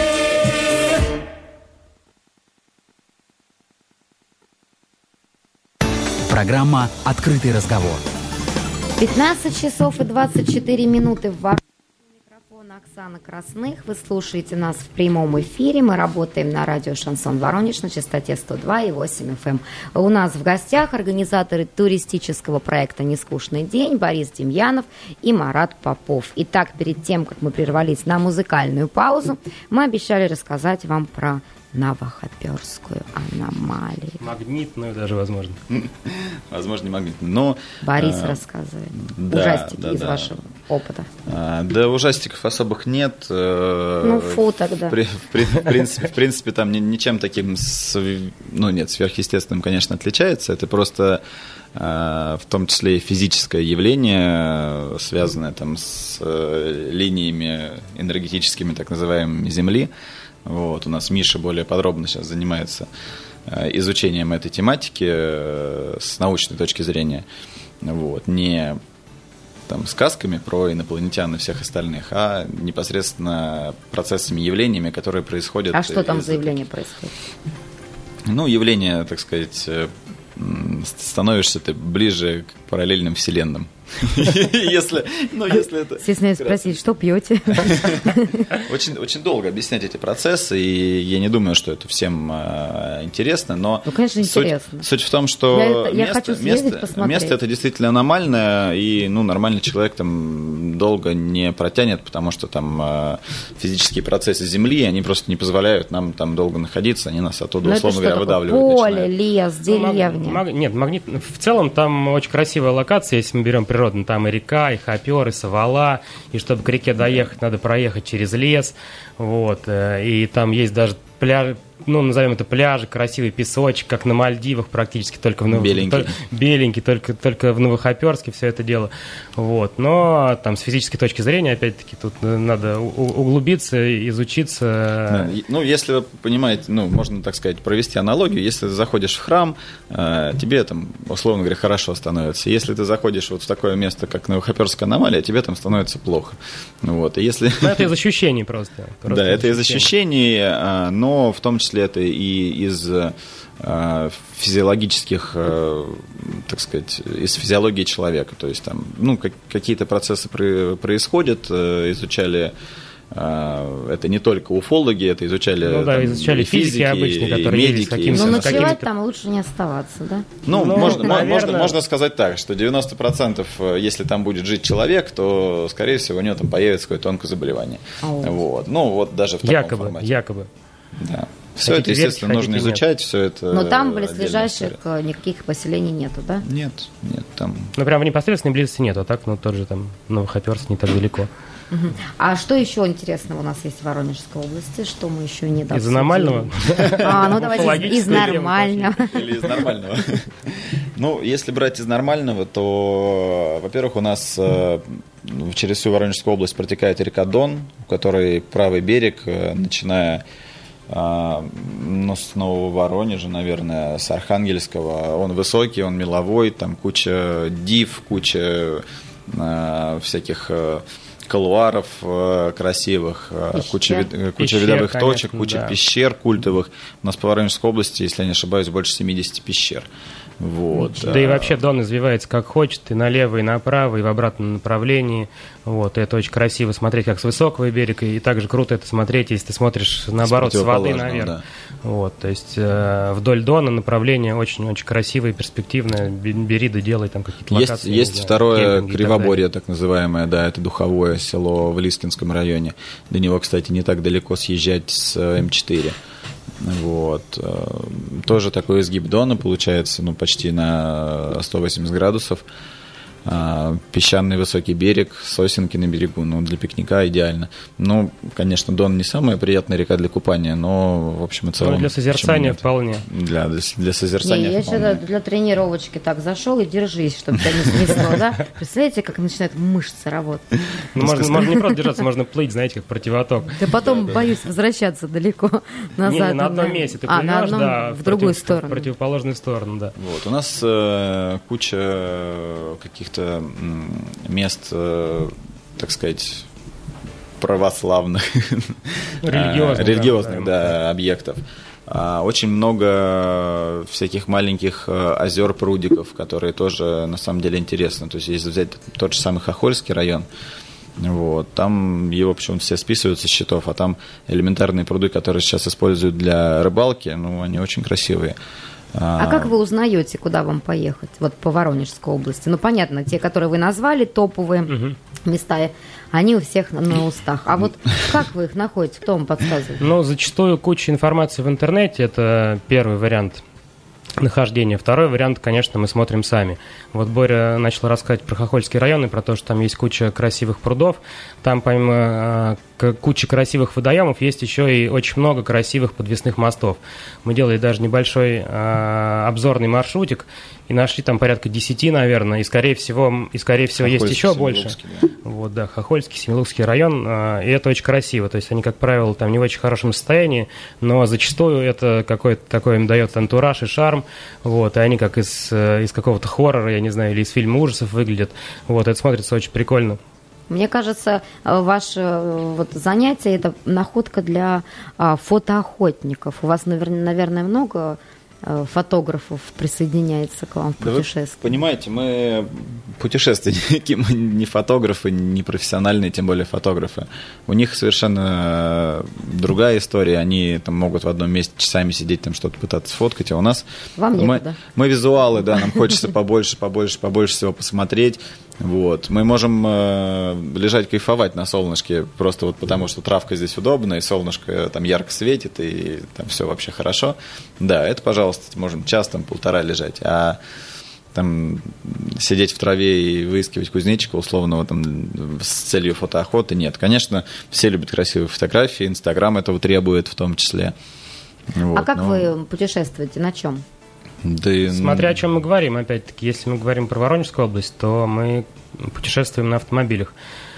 [SPEAKER 1] Программа «Открытый разговор».
[SPEAKER 2] пятнадцать часов и двадцать четыре минуты в Воронеже. У микрофона Оксана Красных. Вы слушаете нас в прямом эфире. Мы работаем на радио «Шансон Воронеж» на частоте сто два и восемь эф эм. У нас в гостях организаторы туристического проекта «Нескучный день» Борис Демьянов и Марат Попов. Итак, перед тем, как мы прервались на музыкальную паузу, мы обещали рассказать вам про новохоперскую аномалию.
[SPEAKER 4] Магнитную даже, возможно.
[SPEAKER 3] Возможно, не магнитную, но...
[SPEAKER 2] Борис
[SPEAKER 3] а,
[SPEAKER 2] рассказывает.
[SPEAKER 3] да,
[SPEAKER 2] Ужастики
[SPEAKER 3] да,
[SPEAKER 2] из
[SPEAKER 3] да.
[SPEAKER 2] вашего опыта.
[SPEAKER 3] А, да, ужастиков особых нет.
[SPEAKER 2] Ну, фу тогда.
[SPEAKER 3] В, при- в при- в принципе, в принципе, там ни- ничем таким, св- ну, нет, сверхъестественным, конечно, отличается. Это просто а, в том числе и физическое явление, связанное там с э, линиями энергетическими, так называемыми Земли. Вот, у нас Миша более подробно сейчас занимается э, изучением этой тематики э, с научной точки зрения. Вот, не там, сказками про инопланетян и всех остальных, а непосредственно процессами, явлениями, которые происходят.
[SPEAKER 2] А что там
[SPEAKER 3] из-
[SPEAKER 2] за явление происходит?
[SPEAKER 3] Ну, явление, так сказать, э, м, становишься ты ближе к параллельным вселенным. Если, ну, если это...
[SPEAKER 2] Стесняюсь спросить, что пьете?
[SPEAKER 3] Очень, очень долго объяснять эти процессы, и я не думаю, что это всем э, интересно, но
[SPEAKER 2] Ну, конечно,
[SPEAKER 3] суть,
[SPEAKER 2] интересно.
[SPEAKER 3] суть в том, что
[SPEAKER 2] Я это- я
[SPEAKER 3] место,
[SPEAKER 2] хочу съездить,
[SPEAKER 3] место,
[SPEAKER 2] посмотреть.
[SPEAKER 3] место это действительно аномальное, и ну, нормальный человек там долго не протянет, потому что там э, физические процессы Земли, они просто не позволяют нам там долго находиться, они нас оттуда,
[SPEAKER 2] Ну, это
[SPEAKER 3] условно
[SPEAKER 2] что
[SPEAKER 3] говоря,
[SPEAKER 2] такое?
[SPEAKER 3] выдавливают.
[SPEAKER 2] Поле,
[SPEAKER 3] начинают.
[SPEAKER 2] лес,
[SPEAKER 4] Ну, маг-
[SPEAKER 2] деревня.
[SPEAKER 4] маг- нет, магнит. В целом там очень красивая локация, если мы берем природную. Там и река, и хопер, и Савала. И чтобы к реке доехать, надо проехать через лес. Вот. э, И там есть даже пляж, ну, назовем это пляжи, красивый песочек, как на Мальдивах практически, только в Ново-
[SPEAKER 3] Беленький.
[SPEAKER 4] тол- беленький, только, только в Новохоперске все это дело. Вот. Но там с физической точки зрения, опять-таки, тут э, надо у- у- углубиться, изучиться.
[SPEAKER 3] Да, и- Ну, если вы понимаете, ну, можно, так сказать, провести аналогию. Если ты заходишь в храм, э, тебе там, условно говоря, хорошо становится. Если ты заходишь вот в такое место, как Новохоперская аномалия, тебе там становится плохо. Вот. И если...
[SPEAKER 4] Ну, это из ощущений просто. Просто
[SPEAKER 3] Да, это из ощущений, а, но в том числе это и из а, физиологических, а, так сказать, из физиологии человека. То есть там, ну, как- какие-то процессы про- происходят, э, изучали а, это не только уфологи, это изучали,
[SPEAKER 4] Ну да,
[SPEAKER 3] там,
[SPEAKER 4] изучали
[SPEAKER 3] и
[SPEAKER 4] физики обычные,
[SPEAKER 3] и
[SPEAKER 4] которые ездят с
[SPEAKER 3] медики, и
[SPEAKER 4] какими-то-
[SPEAKER 3] все
[SPEAKER 2] Ну,
[SPEAKER 3] на
[SPEAKER 4] с
[SPEAKER 3] свете.
[SPEAKER 2] ночевать
[SPEAKER 4] какими-то-
[SPEAKER 2] там лучше не оставаться, да?
[SPEAKER 3] Ну,
[SPEAKER 4] Ну,
[SPEAKER 3] можно, мо-
[SPEAKER 4] наверное.
[SPEAKER 3] можно, можно сказать так, что девяносто процентов, если там будет жить человек, то, скорее всего, у него там появится какое-то онкозаболевание.
[SPEAKER 2] Ау.
[SPEAKER 3] Вот. Ну, вот даже в таком
[SPEAKER 4] Якобы,
[SPEAKER 3] формате.
[SPEAKER 4] якобы.
[SPEAKER 3] Да. Все
[SPEAKER 4] Хотите
[SPEAKER 3] это, естественно,
[SPEAKER 4] верьте,
[SPEAKER 3] нужно
[SPEAKER 4] хотите нет.
[SPEAKER 3] изучать, все это.
[SPEAKER 2] Но там
[SPEAKER 3] отдельная
[SPEAKER 2] близлежащих
[SPEAKER 3] история.
[SPEAKER 2] э, никаких поселений нету, да?
[SPEAKER 3] Нет, нет, там.
[SPEAKER 4] Ну, прям в непосредственной близости нет, а так, ну, тот же там Новохоперск не так далеко.
[SPEAKER 2] Мгм. А что еще интересного у нас есть в Воронежской области? Что мы еще не
[SPEAKER 4] Из аномального?
[SPEAKER 2] А, ну давайте из- из
[SPEAKER 4] Уфологическую тему
[SPEAKER 2] нормального.
[SPEAKER 3] Или из нормального. Ну, если брать из нормального, то, во-первых, у нас э, через всю Воронежскую область протекает река Дон, у которой правый берег, э, начиная ну, с Нового Воронежа, наверное, с Архангельского. Он высокий, он меловой, там куча див, куча э, всяких э, колуаров э, красивых, э, куча, вид, куча пещер, видовых конечно, точек, куча да. пещер культовых. У нас по Воронежской области, если я не ошибаюсь, больше семьдесят пещер. Вот.
[SPEAKER 4] Да и вообще Дон извивается как хочет, и налево, и направо, и в обратном направлении. Вот. И это очень красиво смотреть, как с высокого берега, и также круто это смотреть, если ты смотришь, наоборот, с, с воды наверх. Да. Вот. То есть э, вдоль Дона направление очень-очень красивое, перспективное. Бери да делай там какие-то локации.
[SPEAKER 3] Есть, есть второе Кривоборье, так называемое, да, это духовое село в Лискинском районе. До него, кстати, не так далеко съезжать с эм четыре. Вот. Тоже такой изгиб Дона получается, ну, почти на сто восемьдесят градусов. Песчаный высокий берег, сосенки на берегу, ну, для пикника идеально. Ну, конечно, Дон не самая приятная река для купания, но, в общем и целом...
[SPEAKER 4] Ну, для созерцания вполне.
[SPEAKER 3] Для, для, для созерцания
[SPEAKER 2] не,
[SPEAKER 3] вполне.
[SPEAKER 2] Я что-то для тренировочки так зашел и держись, чтобы тебя не снесло, да? Представляете, как начинают мышцы работать?
[SPEAKER 4] Ну, можно, можно не просто держаться, можно плыть, знаете, как противоток.
[SPEAKER 2] Да потом, боюсь, возвращаться далеко назад.
[SPEAKER 4] Не, не на одном месте. Ты плывешь, да,
[SPEAKER 2] в другую сторону.
[SPEAKER 4] В противоположную сторону, да.
[SPEAKER 3] Вот, у нас э, куча каких-то мест, так сказать, православных,
[SPEAKER 4] религиозных,
[SPEAKER 3] религиозных да, да, объектов. Очень много всяких маленьких озер, прудиков, которые тоже на самом деле интересны. То есть, если взять тот же самый Хохольский район, вот, там его почему-то все списывают со счетов, а там элементарные пруды, которые сейчас используют для рыбалки, ну, они очень красивые.
[SPEAKER 2] А как вы узнаете, куда вам поехать, вот по Воронежской области? Ну, понятно, те, которые вы назвали, топовые угу. места, они у всех на, на устах. А вот как вы их находите, кто вам подсказывает?
[SPEAKER 4] Ну, зачастую куча информации в интернете, это первый вариант нахождения. Второй вариант, конечно, мы смотрим сами. Вот Боря начал рассказывать про Хохольский район и про то, что там есть куча красивых прудов. Там помимо э, кучи красивых водоемов есть еще и очень много красивых подвесных мостов. Мы делали даже небольшой э, обзорный маршрутик и нашли там порядка десяти, наверное, и скорее всего, и скорее всего есть еще больше. Да. Вот, да, Хохольский, Семилукский район, э, и это очень красиво. То есть они, как правило, там не в очень хорошем состоянии, но зачастую это какой-то такой им дает антураж и шарм. Вот, и они как из, из какого-то хоррора, я не знаю, или из фильма ужасов выглядят. Вот, это смотрится очень прикольно.
[SPEAKER 2] Мне кажется, ваше вот занятие – это находка для фотоохотников. У вас, наверное, много фотографов присоединяется к вам в путешествии.
[SPEAKER 3] Да вы понимаете, мы путешественники, мы не фотографы, не профессиональные, тем более фотографы. У них совершенно другая история. Они там могут в одном месте часами сидеть, там что-то пытаться сфоткать, а у нас...
[SPEAKER 2] Вам
[SPEAKER 3] мы,
[SPEAKER 2] некуда.
[SPEAKER 3] Мы визуалы, да, нам хочется побольше, побольше, побольше всего посмотреть. Вот. Мы можем э, лежать, кайфовать на солнышке, просто вот потому, что травка здесь удобная, и солнышко там ярко светит, и там все вообще хорошо. Да, это, пожалуйста, можем час, там, полтора лежать. А там сидеть в траве и выискивать кузнечика условного там, с целью фотоохоты нет. Конечно, все любят красивые фотографии, Инстаграм этого требует в том числе. Вот,
[SPEAKER 2] а как
[SPEAKER 3] но...
[SPEAKER 2] вы путешествуете, на чем?
[SPEAKER 3] Да и...
[SPEAKER 4] Смотря о чем мы говорим, опять-таки, если мы говорим про Воронежскую область, то мы путешествуем на автомобилях.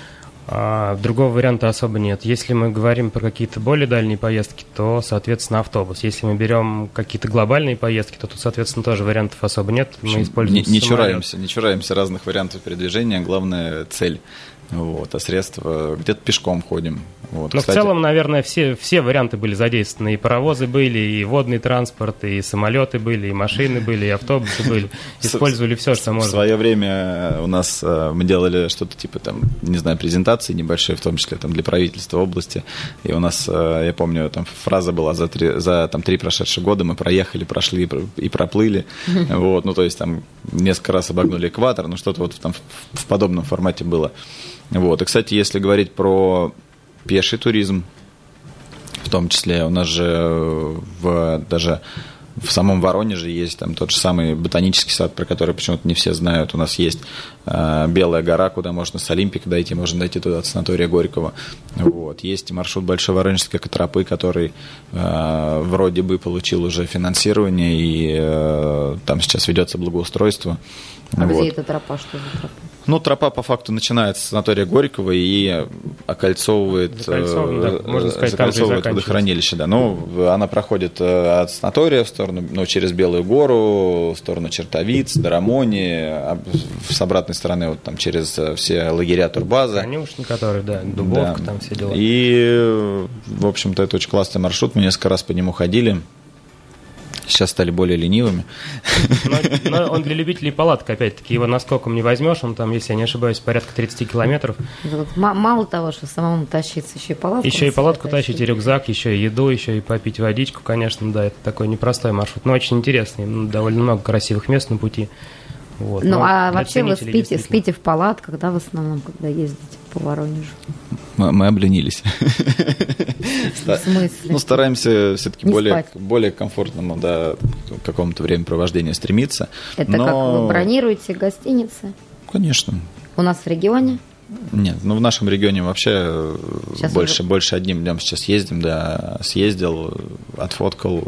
[SPEAKER 4] А другого варианта особо нет. Если мы говорим про какие-то более дальние поездки, то, соответственно, автобус. Если мы берем какие-то глобальные поездки, то тут, соответственно, тоже вариантов особо нет. Мы используем
[SPEAKER 3] не, не чураемся, не чураемся разных вариантов передвижения. Главное – цель. Вот, а средства где-то пешком ходим. Вот,
[SPEAKER 4] Но
[SPEAKER 3] кстати...
[SPEAKER 4] в целом, наверное, все, все варианты были задействованы. И паровозы были, и водный транспорт, и самолеты были, и машины были, и автобусы были. Использовали все, что можно.
[SPEAKER 3] В свое время у нас мы делали что-то типа, там, не знаю, презентации небольшие, в том числе там, для правительства области. И у нас, я помню, там фраза была за три, за, там, три прошедших года мы проехали, прошли и проплыли. Вот, ну, то есть там несколько раз обогнули экватор, ну, что-то вот там в подобном формате было. Вот. И, кстати, если говорить про пеший туризм, в том числе, у нас же в, даже в самом Воронеже есть там тот же самый ботанический сад, про который почему-то не все знают. У нас есть э, Белая гора, куда можно с Олимпика дойти, можно дойти туда от санатория Горького. Вот. Есть маршрут Большой Воронежской тропы, который э, вроде бы получил уже финансирование, и э, там сейчас ведется благоустройство.
[SPEAKER 2] А
[SPEAKER 3] вот.
[SPEAKER 2] где эта тропа, что за тропа?
[SPEAKER 3] Ну, тропа по факту начинается с санатория Горького и окольцовывает,
[SPEAKER 4] Закольцовывает, да, можно сказать,
[SPEAKER 3] закольцовывает водохранилище. Да. Ну, она проходит от санатория в сторону, ну, через Белую гору, в сторону Чертовиц, Дарамони, с обратной стороны вот там через все лагеря турбаза.
[SPEAKER 4] Конюшни, которые, да, Дубовка,
[SPEAKER 3] да.
[SPEAKER 4] там все дела.
[SPEAKER 3] И, в общем-то, это очень классный маршрут, мы несколько раз по нему ходили. Сейчас стали более ленивыми.
[SPEAKER 4] Но, но он для любителей палаток, опять-таки, его наскоком не возьмешь, он там, если я не ошибаюсь, порядка тридцать километров.
[SPEAKER 2] Мало того, что самому тащиться, еще и палатку.
[SPEAKER 4] Еще и палатку тащить, и рюкзак, еще и еду, еще и попить водичку, конечно, да, это такой непростой маршрут, но очень интересный, довольно много красивых мест на пути. Вот.
[SPEAKER 2] Ну,
[SPEAKER 4] но
[SPEAKER 2] а вообще вы спите, спите в палатках, да, в основном, когда ездите по Воронежу?
[SPEAKER 3] Мы, мы обленились.
[SPEAKER 2] В смысле?
[SPEAKER 3] Ну, стараемся все-таки более, более комфортному, да, к какому-то времяпровождению стремиться.
[SPEAKER 2] Это но... как вы бронируете гостиницы?
[SPEAKER 3] Конечно.
[SPEAKER 2] У нас в регионе?
[SPEAKER 3] Нет, ну в нашем регионе вообще больше, уже... больше одним днем сейчас ездим, да, съездил, отфоткал,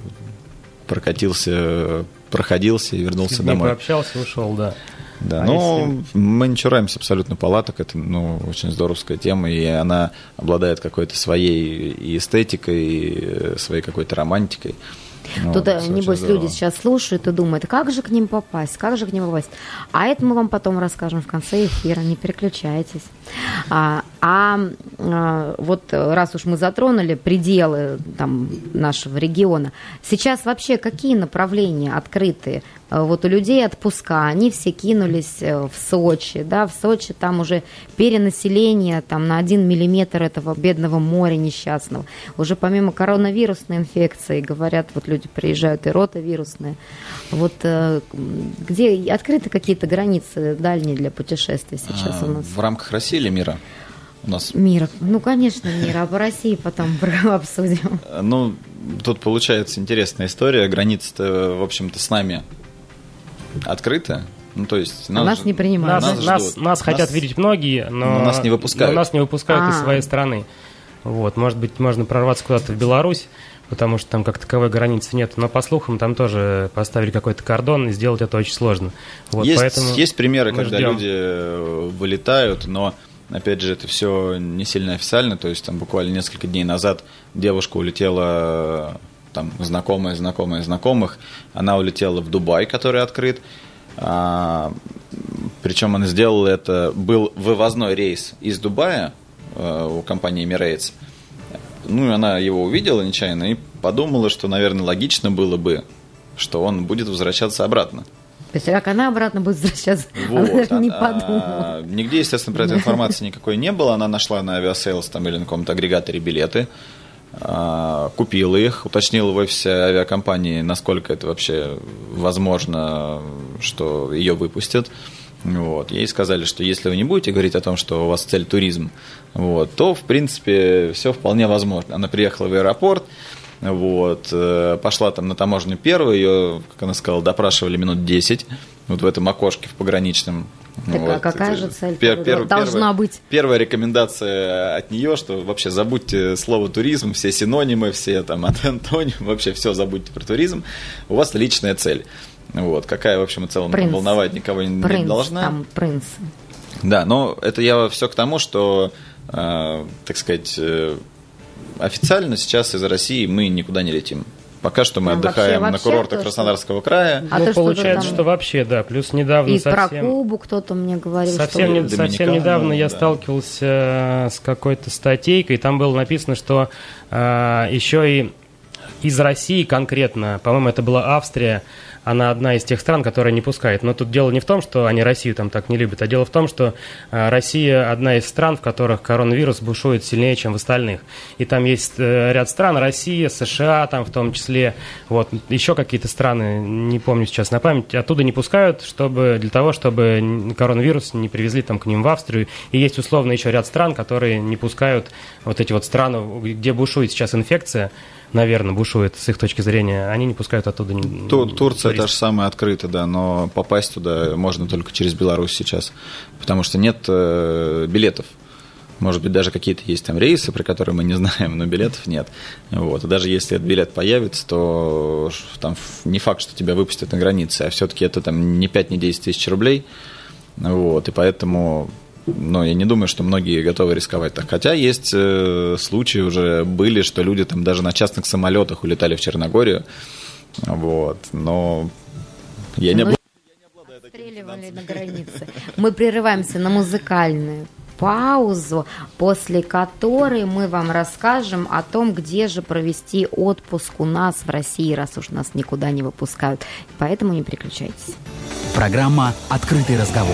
[SPEAKER 3] прокатился, проходился и вернулся домой.
[SPEAKER 4] Пообщался, ушел, да.
[SPEAKER 3] Да, а но если... мы не чураемся абсолютно палаток, это, ну, очень здоровская тема, и она обладает какой-то своей и эстетикой, и своей какой-то романтикой.
[SPEAKER 2] Тут, вот, небось, люди сейчас слушают и думают, как же к ним попасть, как же к ним попасть. А это мы вам потом расскажем в конце эфира, не переключайтесь. А, а, а вот раз уж мы затронули пределы там, нашего региона, сейчас вообще какие направления открыты? Вот у людей отпуска, они все кинулись в Сочи, да, в Сочи там уже перенаселение там, на один миллиметр этого бедного моря несчастного. Уже помимо коронавирусной инфекции, говорят, вот люди приезжают и ротавирусные. Вот где открыты какие-то границы дальние для путешествий сейчас
[SPEAKER 3] а,
[SPEAKER 2] у нас?
[SPEAKER 3] В рамках России или мира? У нас...
[SPEAKER 2] Мира. Ну, конечно, мира. А по России потом обсудим.
[SPEAKER 3] Ну, тут получается интересная история. Границы-то, в общем-то, с нами открыто, ну то есть нас,
[SPEAKER 2] нас не принимают.
[SPEAKER 4] Нас, нас, нас, нас хотят нас, видеть многие, но,
[SPEAKER 3] но нас не выпускают.
[SPEAKER 4] Но нас не выпускают
[SPEAKER 2] А-а-а.
[SPEAKER 4] из своей страны. Вот, может быть, можно прорваться куда-то в Беларусь, потому что там как таковой границы нет. Но по слухам там тоже поставили какой-то кордон, и сделать это очень сложно. Вот,
[SPEAKER 3] есть,
[SPEAKER 4] поэтому
[SPEAKER 3] есть примеры, когда
[SPEAKER 4] ждем.
[SPEAKER 3] люди вылетают, но опять же это все не сильно официально. То есть там буквально несколько дней назад девушка улетела. Там знакомая, знакомая, знакомых, она улетела в Дубай, который открыт, а, причем она сделала это, был вывозной рейс из Дубая а, у компании Emirates, ну и она его увидела нечаянно и подумала, что, наверное, логично было бы, что он будет возвращаться обратно.
[SPEAKER 2] То есть как она обратно будет возвращаться, вот, она даже не подумала.
[SPEAKER 3] А, нигде, естественно, про эту информацию никакой не было, она нашла на Aviasales там, или на каком-то агрегаторе билеты, купила их, уточнила в офисе авиакомпании, насколько это вообще возможно, что ее выпустят. Вот. Ей сказали, что если вы не будете говорить о том, что у вас цель туризм, вот, то, в принципе, все вполне возможно. Она приехала в аэропорт, вот, пошла там на таможню первую, ее, как она сказала, допрашивали минут десять, вот в этом окошке в пограничном.
[SPEAKER 2] Так,
[SPEAKER 3] вот.
[SPEAKER 2] а какая же цель
[SPEAKER 3] пер, пер,
[SPEAKER 2] должна
[SPEAKER 3] первая,
[SPEAKER 2] быть?
[SPEAKER 3] Первая рекомендация от нее, что вообще забудьте слово туризм, все синонимы, все там антонимы, вообще все забудьте про туризм. У вас личная цель. Вот, какая, в общем и целом,
[SPEAKER 2] принц.
[SPEAKER 3] волновать никого не,
[SPEAKER 2] принц,
[SPEAKER 3] не должна.
[SPEAKER 2] Там принц.
[SPEAKER 3] Да, но это я все к тому, что, э, так сказать, э, официально сейчас из России мы никуда не летим. Пока что мы ну, отдыхаем вообще, на курортах то, Краснодарского края.
[SPEAKER 4] А ну, то, получается, что, что вообще, да. Плюс недавно
[SPEAKER 2] и
[SPEAKER 4] совсем...
[SPEAKER 2] про Кубу кто-то мне говорил.
[SPEAKER 4] Совсем,
[SPEAKER 2] что...
[SPEAKER 4] не, совсем недавно я
[SPEAKER 3] да.
[SPEAKER 4] сталкивался с какой-то статейкой, там было написано, что э, еще и из России конкретно, по-моему, это была Австрия, она одна из тех стран, которая не пускает. Но тут дело не в том, что они Россию там так не любят, а дело в том, что э, Россия одна из стран, в которых коронавирус бушует сильнее, чем в остальных. И там есть э, ряд стран, Россия, США там в том числе, вот, еще какие-то страны, не помню сейчас на память, оттуда не пускают, чтобы, для того, чтобы коронавирус не привезли там к ним в Австрию. И есть условно еще ряд стран, которые не пускают вот эти вот страны, где бушует сейчас инфекция, наверное, бушует с их точки зрения, они не пускают оттуда.
[SPEAKER 3] Тур, Турция та же самая открыта, да, но попасть туда можно только через Беларусь сейчас, потому что нет э, билетов. Может быть, даже какие-то есть там рейсы, про которые мы не знаем, но билетов нет. Вот. И даже если этот билет появится, то там не факт, что тебя выпустят на границе, а все-таки это там не пять, не десять тысяч рублей. Вот. И поэтому но я не думаю, что многие готовы рисковать так. Хотя есть э, случаи уже были, что люди там даже на частных самолетах улетали в Черногорию. Вот. Но я не, обла... я не обладаю таким
[SPEAKER 2] финансами. На границе. Мы прерываемся на музыкальную паузу, после которой мы вам расскажем о том, где же провести отпуск у нас в России, раз уж нас никуда не выпускают. Поэтому не переключайтесь.
[SPEAKER 1] Программа «Открытый разговор».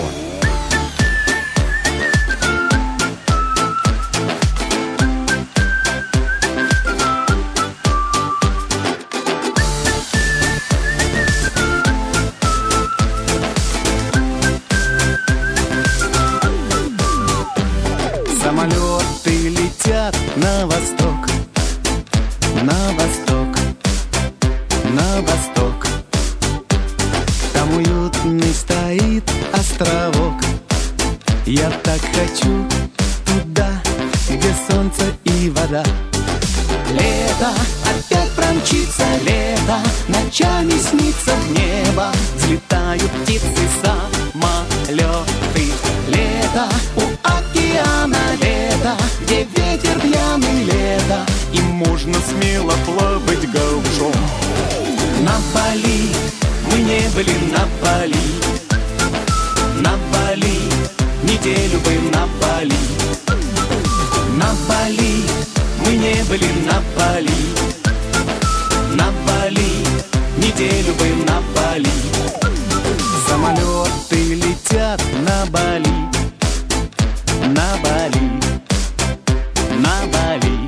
[SPEAKER 7] Самолеты летят на восток, на восток, на восток. Там уютный стоит островок. Я так хочу туда, где солнце и вода. Лето опять промчится, лето ночами снится в небо. Взлетают птицы, самолеты. Лето у океана, лето, где ветер пьяный, лето, и можно смело плавать голышом. На Бали мы не были, на Бали, на Бали, неделю бы на Бали. На Бали мы не были, на Бали, на Бали, неделю бы на Бали. Самолеты летят на Бали, на Бали, на Бали.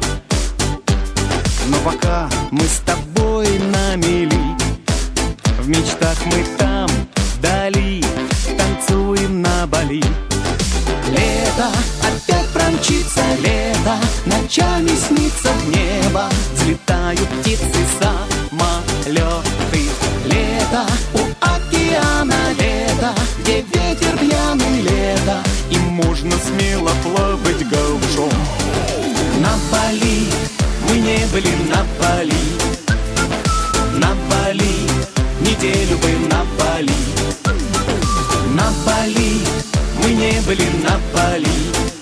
[SPEAKER 7] Но пока мы с тобой на мели, в мечтах мы там, вдали, танцуем на Бали. Лето опять промчится, лето ночами снится в небо. Взлетают птицы, самолеты. Лето у океана, лето, где ветер пьяный, лето, и можно смело плавать голышом. На Бали мы не были, на Бали, на Бали, неделю бы на Бали. На Бали мы не были, на Бали,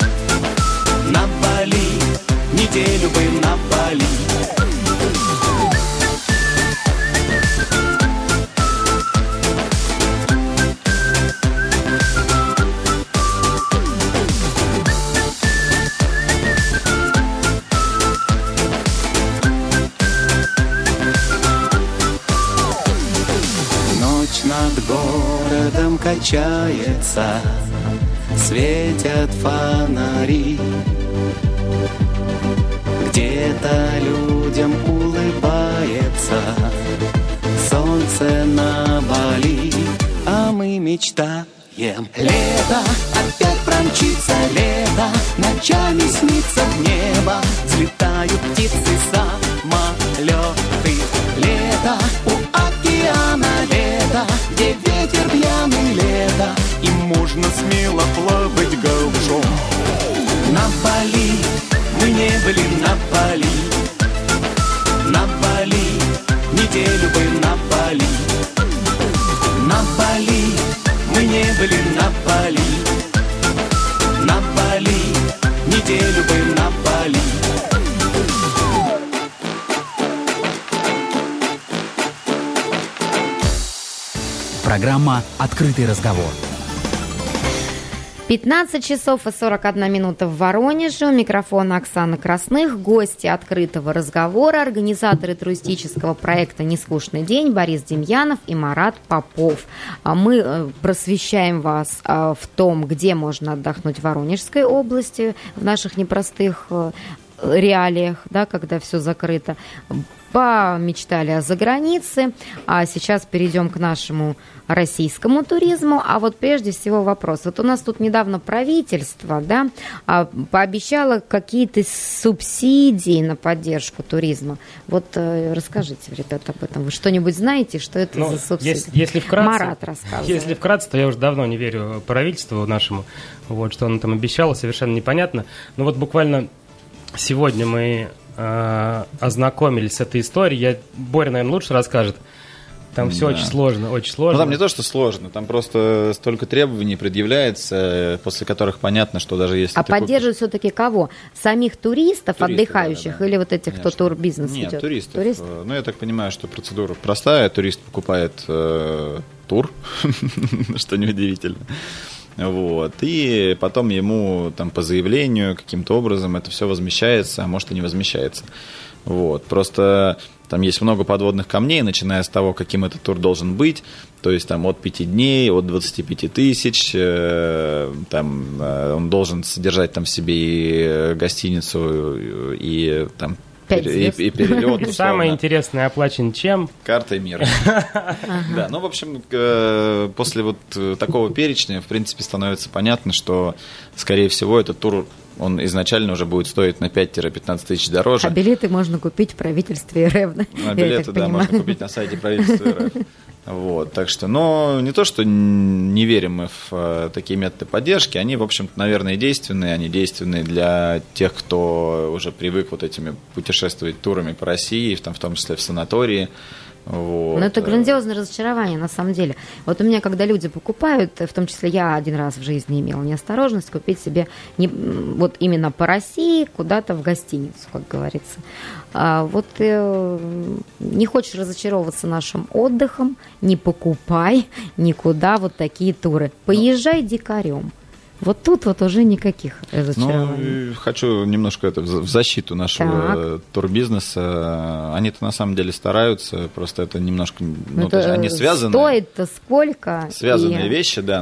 [SPEAKER 7] на Бали, неделю бы на Бали. Над городом качается, светят фонари. Где-то людям улыбается солнце на Бали, а мы мечтаем. Лето опять промчится, лето ночами снится в небо. Взлетают птицы, самолеты. Лето у океана, лето, где ветер пьяный, лето, и можно смело плавать голышом. На Бали мы не были, на Бали, на Бали, неделю бы на Бали. На Бали мы не были, на Бали, на Бали, неделю бы на Бали.
[SPEAKER 1] Программа «Открытый разговор».
[SPEAKER 2] пятнадцать часов и сорок одна минута в Воронеже. У микрофона Оксана Красных. Гости «Открытого разговора», организаторы туристического проекта «Нескучный день» Борис Демьянов и Марат Попов. Мы просвещаем вас в том, где можно отдохнуть в Воронежской области, в наших непростых реалиях, да, когда все закрыто. Помечтали о загранице, а сейчас перейдем к нашему российскому туризму. А вот прежде всего вопрос. Вот у нас тут недавно правительство, да, пообещало какие-то субсидии на поддержку туризма. Вот э, расскажите, ребята, об этом. Вы что-нибудь знаете, что это ну, за субсидии?
[SPEAKER 4] Если, если вкратце,
[SPEAKER 2] Марат рассказывает.
[SPEAKER 4] Если вкратце, то я уже давно не верю правительству нашему. Вот, что оно там обещало, совершенно непонятно. Но вот буквально сегодня мы... ознакомились с этой историей. Я, Боря, наверное, лучше расскажет. Там все да. очень сложно, очень сложно.
[SPEAKER 3] Ну, там не то, что сложно, там просто столько требований предъявляется, после которых понятно, что даже если...
[SPEAKER 2] А поддерживают купишь... все-таки кого? Самих туристов, туристов отдыхающих, да, да. или вот этих, Конечно. Кто турбизнес
[SPEAKER 3] Нет,
[SPEAKER 2] ведет?
[SPEAKER 3] туристов.
[SPEAKER 2] Турист?
[SPEAKER 3] Ну, я так понимаю, что процедура простая. Турист покупает э, тур, что неудивительно. Вот. И потом ему там, по заявлению каким-то образом это все возмещается, а может и не возмещается. Вот. Просто... Там есть много подводных камней, начиная с того, каким этот тур должен быть. То есть там от пяти дней, от двадцати пяти тысяч. Э, там, э, он должен содержать там в себе и гостиницу, и, там, и, и перелет.
[SPEAKER 4] Самое интересное, оплачен чем?
[SPEAKER 3] Картой мира. Да, ну, в общем, после вот такого перечня, в принципе, становится понятно, что, скорее всего, этот тур... Он изначально уже будет стоить на пять-пятнадцать тысяч дороже.
[SPEAKER 2] А билеты можно купить в правительстве эр эф.
[SPEAKER 3] А билеты, да, понимаю. Можно купить на сайте правительства эр эф. Вот, так что, но не то, что не верим мы в uh, такие методы поддержки, они, в общем-то, наверное, действенные, они действенные для тех, кто уже привык вот этими путешествовать турами по России, там, в том числе в санатории. Вот.
[SPEAKER 2] Но это грандиозное разочарование, на самом деле. Вот у меня, когда люди покупают, в том числе я один раз в жизни имела неосторожность купить себе не, вот именно по России куда-то в гостиницу, как говорится. А вот э, не хочешь разочаровываться нашим отдыхом, не покупай никуда вот такие туры. Поезжай дикарем. Вот тут вот уже никаких разочарований.
[SPEAKER 3] Ну, хочу немножко это в защиту нашего так. турбизнеса. Они-то на самом деле стараются, просто это немножко... Ну,
[SPEAKER 2] это
[SPEAKER 3] тоже они связаны.
[SPEAKER 2] Стоит-то сколько?
[SPEAKER 3] Связанные
[SPEAKER 2] и...
[SPEAKER 3] вещи, да,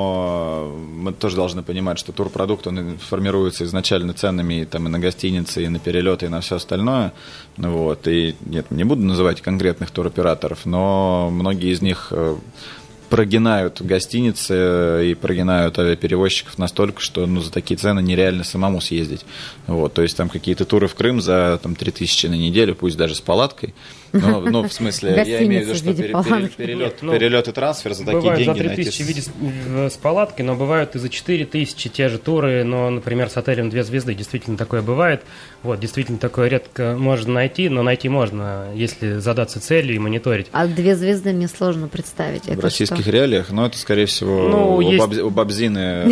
[SPEAKER 3] но мы тоже должны понимать, что турпродукт, он формируется изначально ценами там, и на гостиницы, и на перелеты, и на все остальное. Вот. И нет, не буду называть конкретных туроператоров, но многие из них... прогинают гостиницы и прогинают авиаперевозчиков настолько, что ну, за такие цены нереально самому съездить. Вот, то есть там какие-то туры в Крым за там, три тысячи на неделю, пусть даже с палаткой. Ну, ну в смысле, я имею в виду, что пере, пере, перелет, ну, перелет и трансфер за такие деньги.
[SPEAKER 4] Бывают за три тысячи найти... с палаткой, но бывают и за четыре тысячи те же туры, но, например, с отелем две звезды действительно такое бывает. Вот, действительно такое редко можно найти, но найти можно, если задаться целью и мониторить.
[SPEAKER 2] А две звезды мне сложно представить.
[SPEAKER 3] В российских что? реалиях, но это, скорее всего, ну, у, есть... баб... у Бабзины.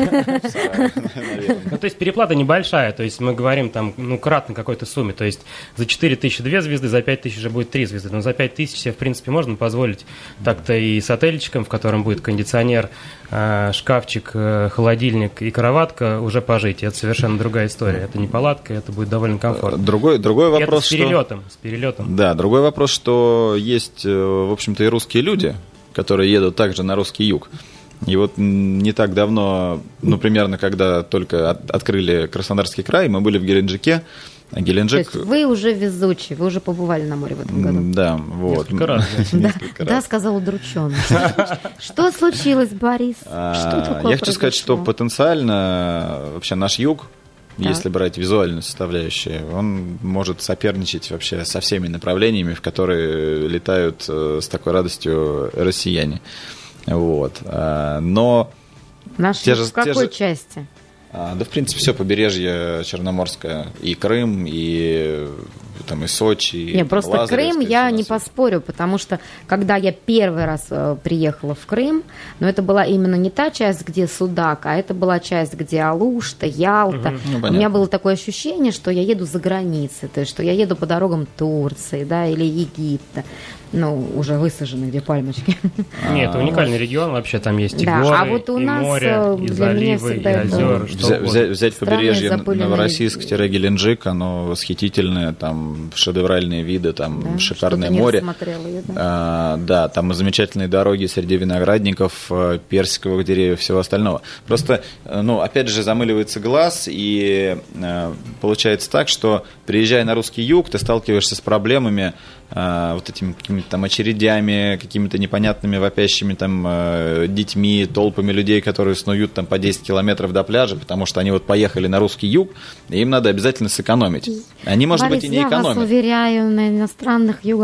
[SPEAKER 4] Ну, то есть переплата небольшая, то есть мы говорим там, ну, кратно какой-то сумме, то есть за четыре тысячи две звезды, за пять тысяч уже будет три звезды, но за пять тысяч себе, в принципе, можно позволить так-то и с отельчиком, в котором будет кондиционер, шкафчик, холодильник и кроватка, уже пожить. Это совершенно другая история. Это не палатка, это будет довольно комфортно.
[SPEAKER 3] Другой, другой вопрос,
[SPEAKER 4] это с перелетом, что... с перелетом.
[SPEAKER 3] Да, другой вопрос, что есть, в общем-то, и русские люди, которые едут также на русский юг. И вот не так давно, ну, примерно, когда только от, открыли Краснодарский край, мы были в Геленджике. А Геленджик...
[SPEAKER 2] То есть вы уже везучий, вы уже побывали на море в этом году.
[SPEAKER 3] Да, вот.
[SPEAKER 4] Несколько раз.
[SPEAKER 2] Да, сказал удрученный. Что случилось, Борис?
[SPEAKER 3] Я хочу сказать, что потенциально вообще наш юг, если брать визуальную составляющую, он может соперничать вообще со всеми направлениями, в которые летают с такой радостью россияне. Вот. Но...
[SPEAKER 2] Наш юг в какой части?
[SPEAKER 3] Да, в принципе, все побережье Черноморское, и Крым, и, там, и Сочи.
[SPEAKER 2] Не, просто Крым я не поспорю, потому что, когда я первый раз э, приехала в Крым, но это была именно не та часть, где Судак, а это была часть, где Алушта, Ялта. Угу. Ну, у меня было такое ощущение, что я еду за границей, то есть, что я еду по дорогам Турции, да, или Египта. Ну, уже высажены, где пальмочки.
[SPEAKER 4] Нет, это уникальный регион, вообще там есть и
[SPEAKER 2] да,
[SPEAKER 4] горы,
[SPEAKER 2] а вот у
[SPEAKER 4] и
[SPEAKER 2] нас
[SPEAKER 4] море, и заливы, и озера.
[SPEAKER 3] Взять, взять, взять побережье Новороссийск-Геленджик, оно восхитительное, там шедевральные виды, там да, шикарное море. Я, да. А, да, там замечательные дороги среди виноградников, персиковых деревьев, всего остального. Просто, ну, опять же, замыливается глаз, и а, получается так, что, приезжая на русский юг, ты сталкиваешься с проблемами, а, вот этими какими-то там очередями, какими-то непонятными вопящими там э, детьми, толпами людей, которые снуют там по десять километров до пляжа, потому что они вот поехали на русский юг, и им надо обязательно сэкономить. Они, может
[SPEAKER 2] Борис,
[SPEAKER 3] быть, и не экономят.
[SPEAKER 2] Я вас уверяю, на иностранных югах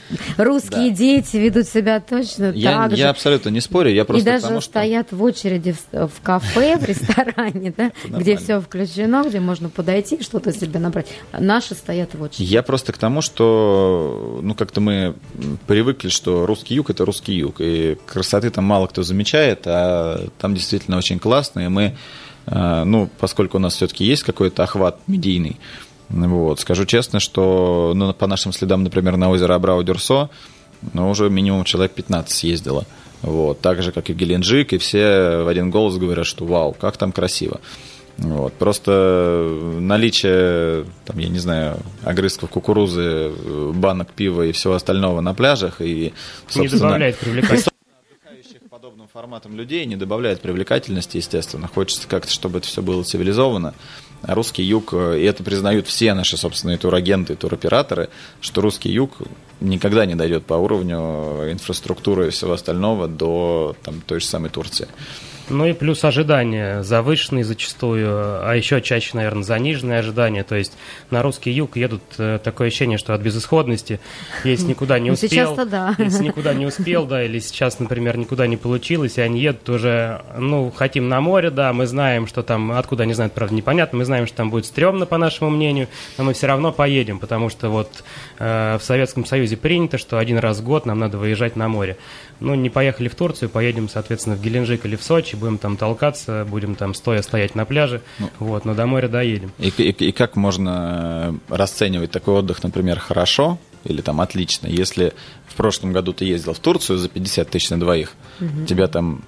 [SPEAKER 2] русские
[SPEAKER 3] Да.
[SPEAKER 2] дети ведут себя точно
[SPEAKER 3] Я,
[SPEAKER 2] так же.
[SPEAKER 3] я абсолютно не спорю, я просто
[SPEAKER 2] И даже
[SPEAKER 3] потому, что...
[SPEAKER 2] стоят в очереди в, в кафе, в ресторане, да, где
[SPEAKER 3] нормально.
[SPEAKER 2] все включено, где можно подойти и что-то себе набрать. Наши стоят в очереди.
[SPEAKER 3] Я просто к тому, что, ну, как-то мы привыкли, что русский юг – это русский юг, и красоты там мало кто замечает, а там действительно очень классно, и мы, э, ну, поскольку у нас все-таки есть какой-то охват медийный, вот, скажу честно, что, ну, по нашим следам, например, на озеро Абрау-Дюрсо, ну, уже минимум человек пятнадцать съездило, вот, так же, как и Геленджик, и все в один голос говорят, что вау, как там красиво. Вот. Просто наличие, там, я не знаю, огрызков кукурузы, банок пива и всего остального на пляжах и, собственно,
[SPEAKER 4] Не добавляет привлекательности.
[SPEAKER 3] отдыхающих подобным форматом людей не добавляет привлекательности, естественно. Хочется как-то, чтобы это все было цивилизовано. А русский юг, и это признают все наши собственные турагенты, туроператоры, что русский юг никогда не дойдет по уровню инфраструктуры и всего остального до там, той же самой Турции.
[SPEAKER 4] Ну и плюс ожидания завышенные зачастую, а еще чаще, наверное, заниженные ожидания. То есть на русский юг едут э, такое ощущение, что от безысходности, если никуда не
[SPEAKER 2] Ну,
[SPEAKER 4] успел,
[SPEAKER 2] сейчас-то да.
[SPEAKER 4] если никуда не успел, да, или сейчас, например, никуда не получилось, и они едут уже, ну, хотим на море, да, мы знаем, что там, откуда они знают, правда, непонятно, мы знаем, что там будет стрёмно, по нашему мнению, но мы все равно поедем, потому что вот э, в Советском Союзе принято, что один раз в год нам надо выезжать на море. Ну, не поехали в Турцию, поедем, соответственно, в Геленджик или в Сочи, будем там толкаться, будем там стоя стоять на пляже, ну, вот, но до моря доедем.
[SPEAKER 3] И, и, и как можно расценивать такой отдых, например, хорошо или там отлично, если в прошлом году ты ездил в Турцию за пятьдесят тысяч на двоих, угу. тебя там...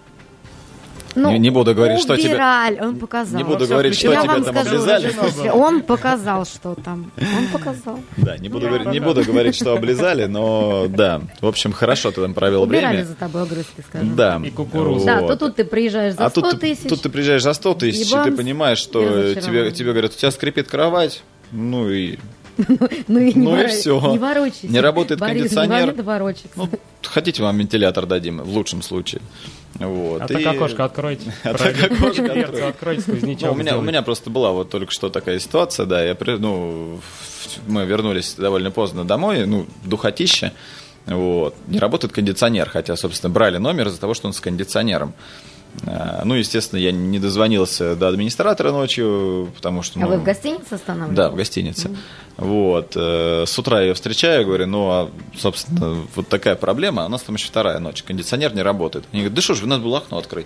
[SPEAKER 2] Ну,
[SPEAKER 3] не, не буду говорить, что тебе...
[SPEAKER 2] он показал.
[SPEAKER 3] Не буду говорить, что
[SPEAKER 2] Я
[SPEAKER 3] тебя
[SPEAKER 2] вам
[SPEAKER 3] там
[SPEAKER 2] скажу,
[SPEAKER 3] облизали.
[SPEAKER 2] Он показал, что там. Он показал.
[SPEAKER 3] Да, не буду, говорить, не буду говорить, что облизали, но да. В общем, хорошо ты там провел
[SPEAKER 2] Убирали
[SPEAKER 3] время.
[SPEAKER 2] за тобой огрызки, скажем.
[SPEAKER 3] Да.
[SPEAKER 4] И кукурузу.
[SPEAKER 2] Да,
[SPEAKER 3] Вот.
[SPEAKER 2] то тут ты приезжаешь за
[SPEAKER 3] А
[SPEAKER 2] сто
[SPEAKER 3] тут,
[SPEAKER 2] тысяч.
[SPEAKER 3] тут ты приезжаешь за сто тысяч, и ты понимаешь, что тебе, тебе говорят, у тебя скрипит кровать, ну и...
[SPEAKER 2] Ну и, не
[SPEAKER 3] ну
[SPEAKER 2] воро...
[SPEAKER 3] и все.
[SPEAKER 2] Не ворочайся.
[SPEAKER 3] Не работает
[SPEAKER 2] Борис,
[SPEAKER 3] кондиционер.
[SPEAKER 2] Не надо ворочаться.
[SPEAKER 3] Ну, хотите, вам вентилятор дадим, в лучшем случае. Вот.
[SPEAKER 4] А
[SPEAKER 3] И...
[SPEAKER 4] так окошко откройте.
[SPEAKER 3] А так окошко
[SPEAKER 4] откройте. Откройте, сквознячок.
[SPEAKER 3] Ну, у, меня, у меня просто была вот только что такая ситуация, да, я, ну, мы вернулись довольно поздно домой, ну, духотища, вот, не работает кондиционер, хотя, собственно, брали номер из-за того, что он с кондиционером. Ну, естественно, я не дозвонился до администратора ночью, потому что... Ну,
[SPEAKER 2] а вы в гостинице останавливались?
[SPEAKER 3] Да, в гостинице. Mm. Вот. С утра я ее встречаю, говорю, ну, а, собственно, вот такая проблема, а у нас там еще вторая ночь, кондиционер не работает. Они говорят, да что ж, надо было окно открыть.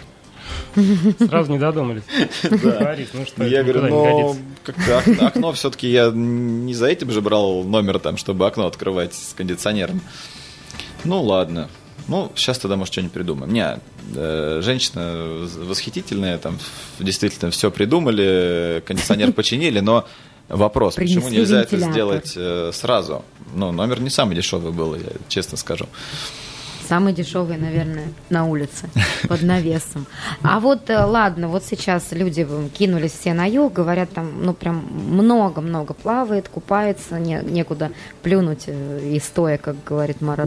[SPEAKER 4] Сразу не додумались. Борис, ну что,
[SPEAKER 3] я говорю, ну, как-то окно все-таки я не за этим же брал номер, там, чтобы окно открывать с кондиционером. Ну, ладно. Ну, сейчас тогда, может, что-нибудь придумаем. Не, э, женщина восхитительная, там, действительно все придумали, кондиционер починили, но вопрос,
[SPEAKER 2] Принесли
[SPEAKER 3] почему нельзя
[SPEAKER 2] вентилятор.
[SPEAKER 3] это сделать э, сразу? Ну, номер не самый дешевый был, я честно скажу.
[SPEAKER 2] Самый дешевый, наверное, на улице, под навесом. А вот, э, ладно, вот сейчас люди кинулись все на юг, говорят, там, ну, прям много-много плавает, купается, не, некуда плюнуть э, и стоя, как говорит Марат,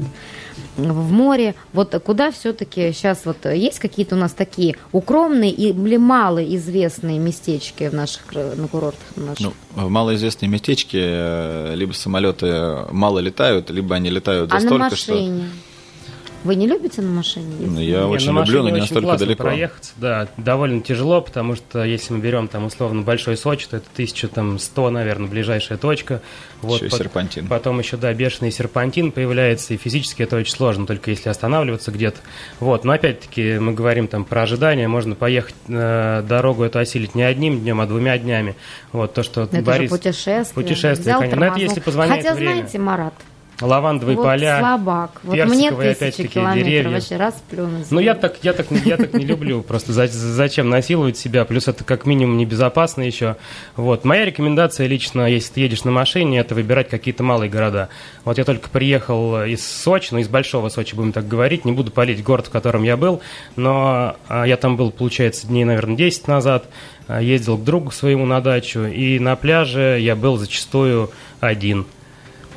[SPEAKER 2] в море. Вот куда все-таки сейчас вот есть какие-то у нас такие укромные или малоизвестные местечки в наших, на курортах наших?
[SPEAKER 3] Ну, в малоизвестные местечки э, либо самолеты мало летают, либо они летают за
[SPEAKER 2] а
[SPEAKER 3] столько,
[SPEAKER 2] на машине?
[SPEAKER 3] что...
[SPEAKER 2] Вы не любите на машине ездить?
[SPEAKER 3] Ну, я
[SPEAKER 4] Не,
[SPEAKER 3] очень
[SPEAKER 4] на
[SPEAKER 3] люблю, но
[SPEAKER 4] машине
[SPEAKER 3] не
[SPEAKER 4] очень
[SPEAKER 3] настолько
[SPEAKER 4] классно
[SPEAKER 3] далеко.
[SPEAKER 4] проехаться, да, довольно тяжело, потому что если мы берем там условно Большой Сочи, то это тысяча сто, наверное, ближайшая точка. Вот,
[SPEAKER 3] Еще и
[SPEAKER 4] пот-
[SPEAKER 3] серпантин.
[SPEAKER 4] Потом еще, да, бешеный серпантин появляется, и физически это очень сложно, только если останавливаться где-то. Вот, но опять-таки мы говорим там про ожидания, можно поехать э, дорогу эту осилить не одним днем, а двумя днями. Вот то, что
[SPEAKER 2] Это
[SPEAKER 4] Борис...
[SPEAKER 2] же путешествие.
[SPEAKER 4] Путешествие,
[SPEAKER 2] Взял,
[SPEAKER 4] конечно. Но это
[SPEAKER 2] тормознул.
[SPEAKER 4] если позволяет
[SPEAKER 2] Хотя,
[SPEAKER 4] время.
[SPEAKER 2] знаете, Марат,
[SPEAKER 4] Лавандовые
[SPEAKER 2] вот
[SPEAKER 4] поля,
[SPEAKER 2] слабак. Вот мне
[SPEAKER 4] персиковые,
[SPEAKER 2] тысячи
[SPEAKER 4] опять-таки,
[SPEAKER 2] километров
[SPEAKER 4] деревья.
[SPEAKER 2] вообще раз плюнуть.
[SPEAKER 4] Ну, я так, я, так, я так не люблю. Просто за- зачем насиловать себя? Плюс это как минимум небезопасно еще. Вот. Моя рекомендация лично, если ты едешь на машине, это выбирать какие-то малые города. Вот я только приехал из Сочи, ну, из Большого Сочи, будем так говорить. Не буду палить город, в котором я был. Но а, я там был, получается, дней, наверное, десять назад. А, ездил к другу своему на дачу. И на пляже я был зачастую один.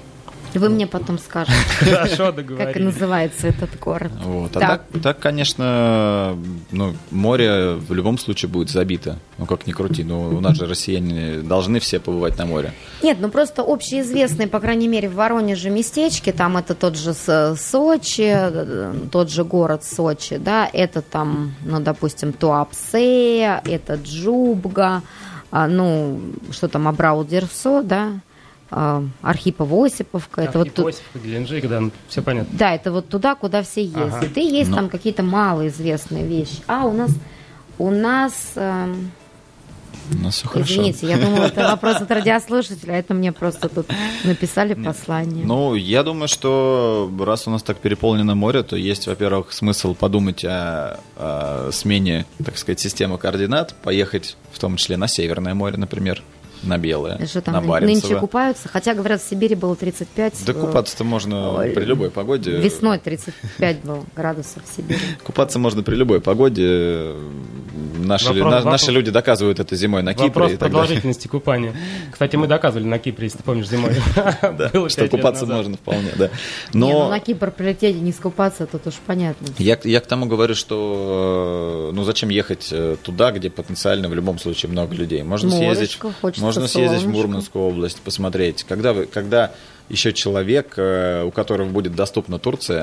[SPEAKER 2] Вы мне потом скажете,
[SPEAKER 4] Хорошо, договорились.
[SPEAKER 2] как называется этот город.
[SPEAKER 3] Вот. А так, так, конечно, ну, море в любом случае будет забито. Ну, как ни крути, но у нас же россияне должны все побывать на море.
[SPEAKER 2] Нет, ну просто общеизвестные, по крайней мере, в Воронеже местечки, там это тот же Сочи, тот же город Сочи, да, это там, ну, допустим, Туапсе, это Джубга, ну, что там, Абрау-Дюрсо, да, Архипова, Осиповка. Это
[SPEAKER 4] Архипова,
[SPEAKER 2] вот
[SPEAKER 4] Осиповка, Геленджик, да, ну, все понятно.
[SPEAKER 2] Да, это вот туда, куда все ездят.
[SPEAKER 4] Ага.
[SPEAKER 2] И есть
[SPEAKER 3] Ну.
[SPEAKER 2] там какие-то малоизвестные вещи. А, у нас, у нас... эм,
[SPEAKER 3] У нас все хорошо.
[SPEAKER 2] Извините, я думала, это вопрос от радиослушателя, а это мне просто тут написали послание.
[SPEAKER 3] Ну, я думаю, что раз у нас так переполнено море, то есть, во-первых, смысл подумать о, о смене, так сказать, системы координат, поехать в том числе на Северное море, например, на Белое,
[SPEAKER 2] Что там
[SPEAKER 3] на
[SPEAKER 2] ны-
[SPEAKER 3] Баренцево.
[SPEAKER 2] нынче купаются? Хотя, говорят, в Сибири было тридцать пять.
[SPEAKER 3] Да
[SPEAKER 2] э,
[SPEAKER 3] купаться-то можно
[SPEAKER 2] ой,
[SPEAKER 3] при любой погоде.
[SPEAKER 2] Весной тридцать пять было градусов в Сибири.
[SPEAKER 3] Купаться можно при любой погоде. Наши,
[SPEAKER 4] Вопрос-
[SPEAKER 3] на-
[SPEAKER 4] вопрос-
[SPEAKER 3] наши люди доказывают это зимой на Кипре.
[SPEAKER 4] Вопрос
[SPEAKER 3] и так далее.
[SPEAKER 4] продолжительности купания. Кстати, мы доказывали на Кипре, если ты помнишь, зимой.
[SPEAKER 3] Да,
[SPEAKER 4] Было
[SPEAKER 3] что
[SPEAKER 4] пять лет
[SPEAKER 3] купаться
[SPEAKER 4] назад.
[SPEAKER 3] можно вполне, да.
[SPEAKER 2] Не, ну
[SPEAKER 3] Но
[SPEAKER 2] на Кипр прилететь и не скупаться, тут уж понятно.
[SPEAKER 3] я, я к тому говорю, что э, ну зачем ехать э, туда, где потенциально в любом случае много людей. Можно
[SPEAKER 2] Моречко,
[SPEAKER 3] съездить,
[SPEAKER 2] хочется
[SPEAKER 3] можно съездить в
[SPEAKER 2] солнышко.
[SPEAKER 3] Мурманскую область, посмотреть. Когда, вы, когда еще человек, э, у которого будет доступна Турция,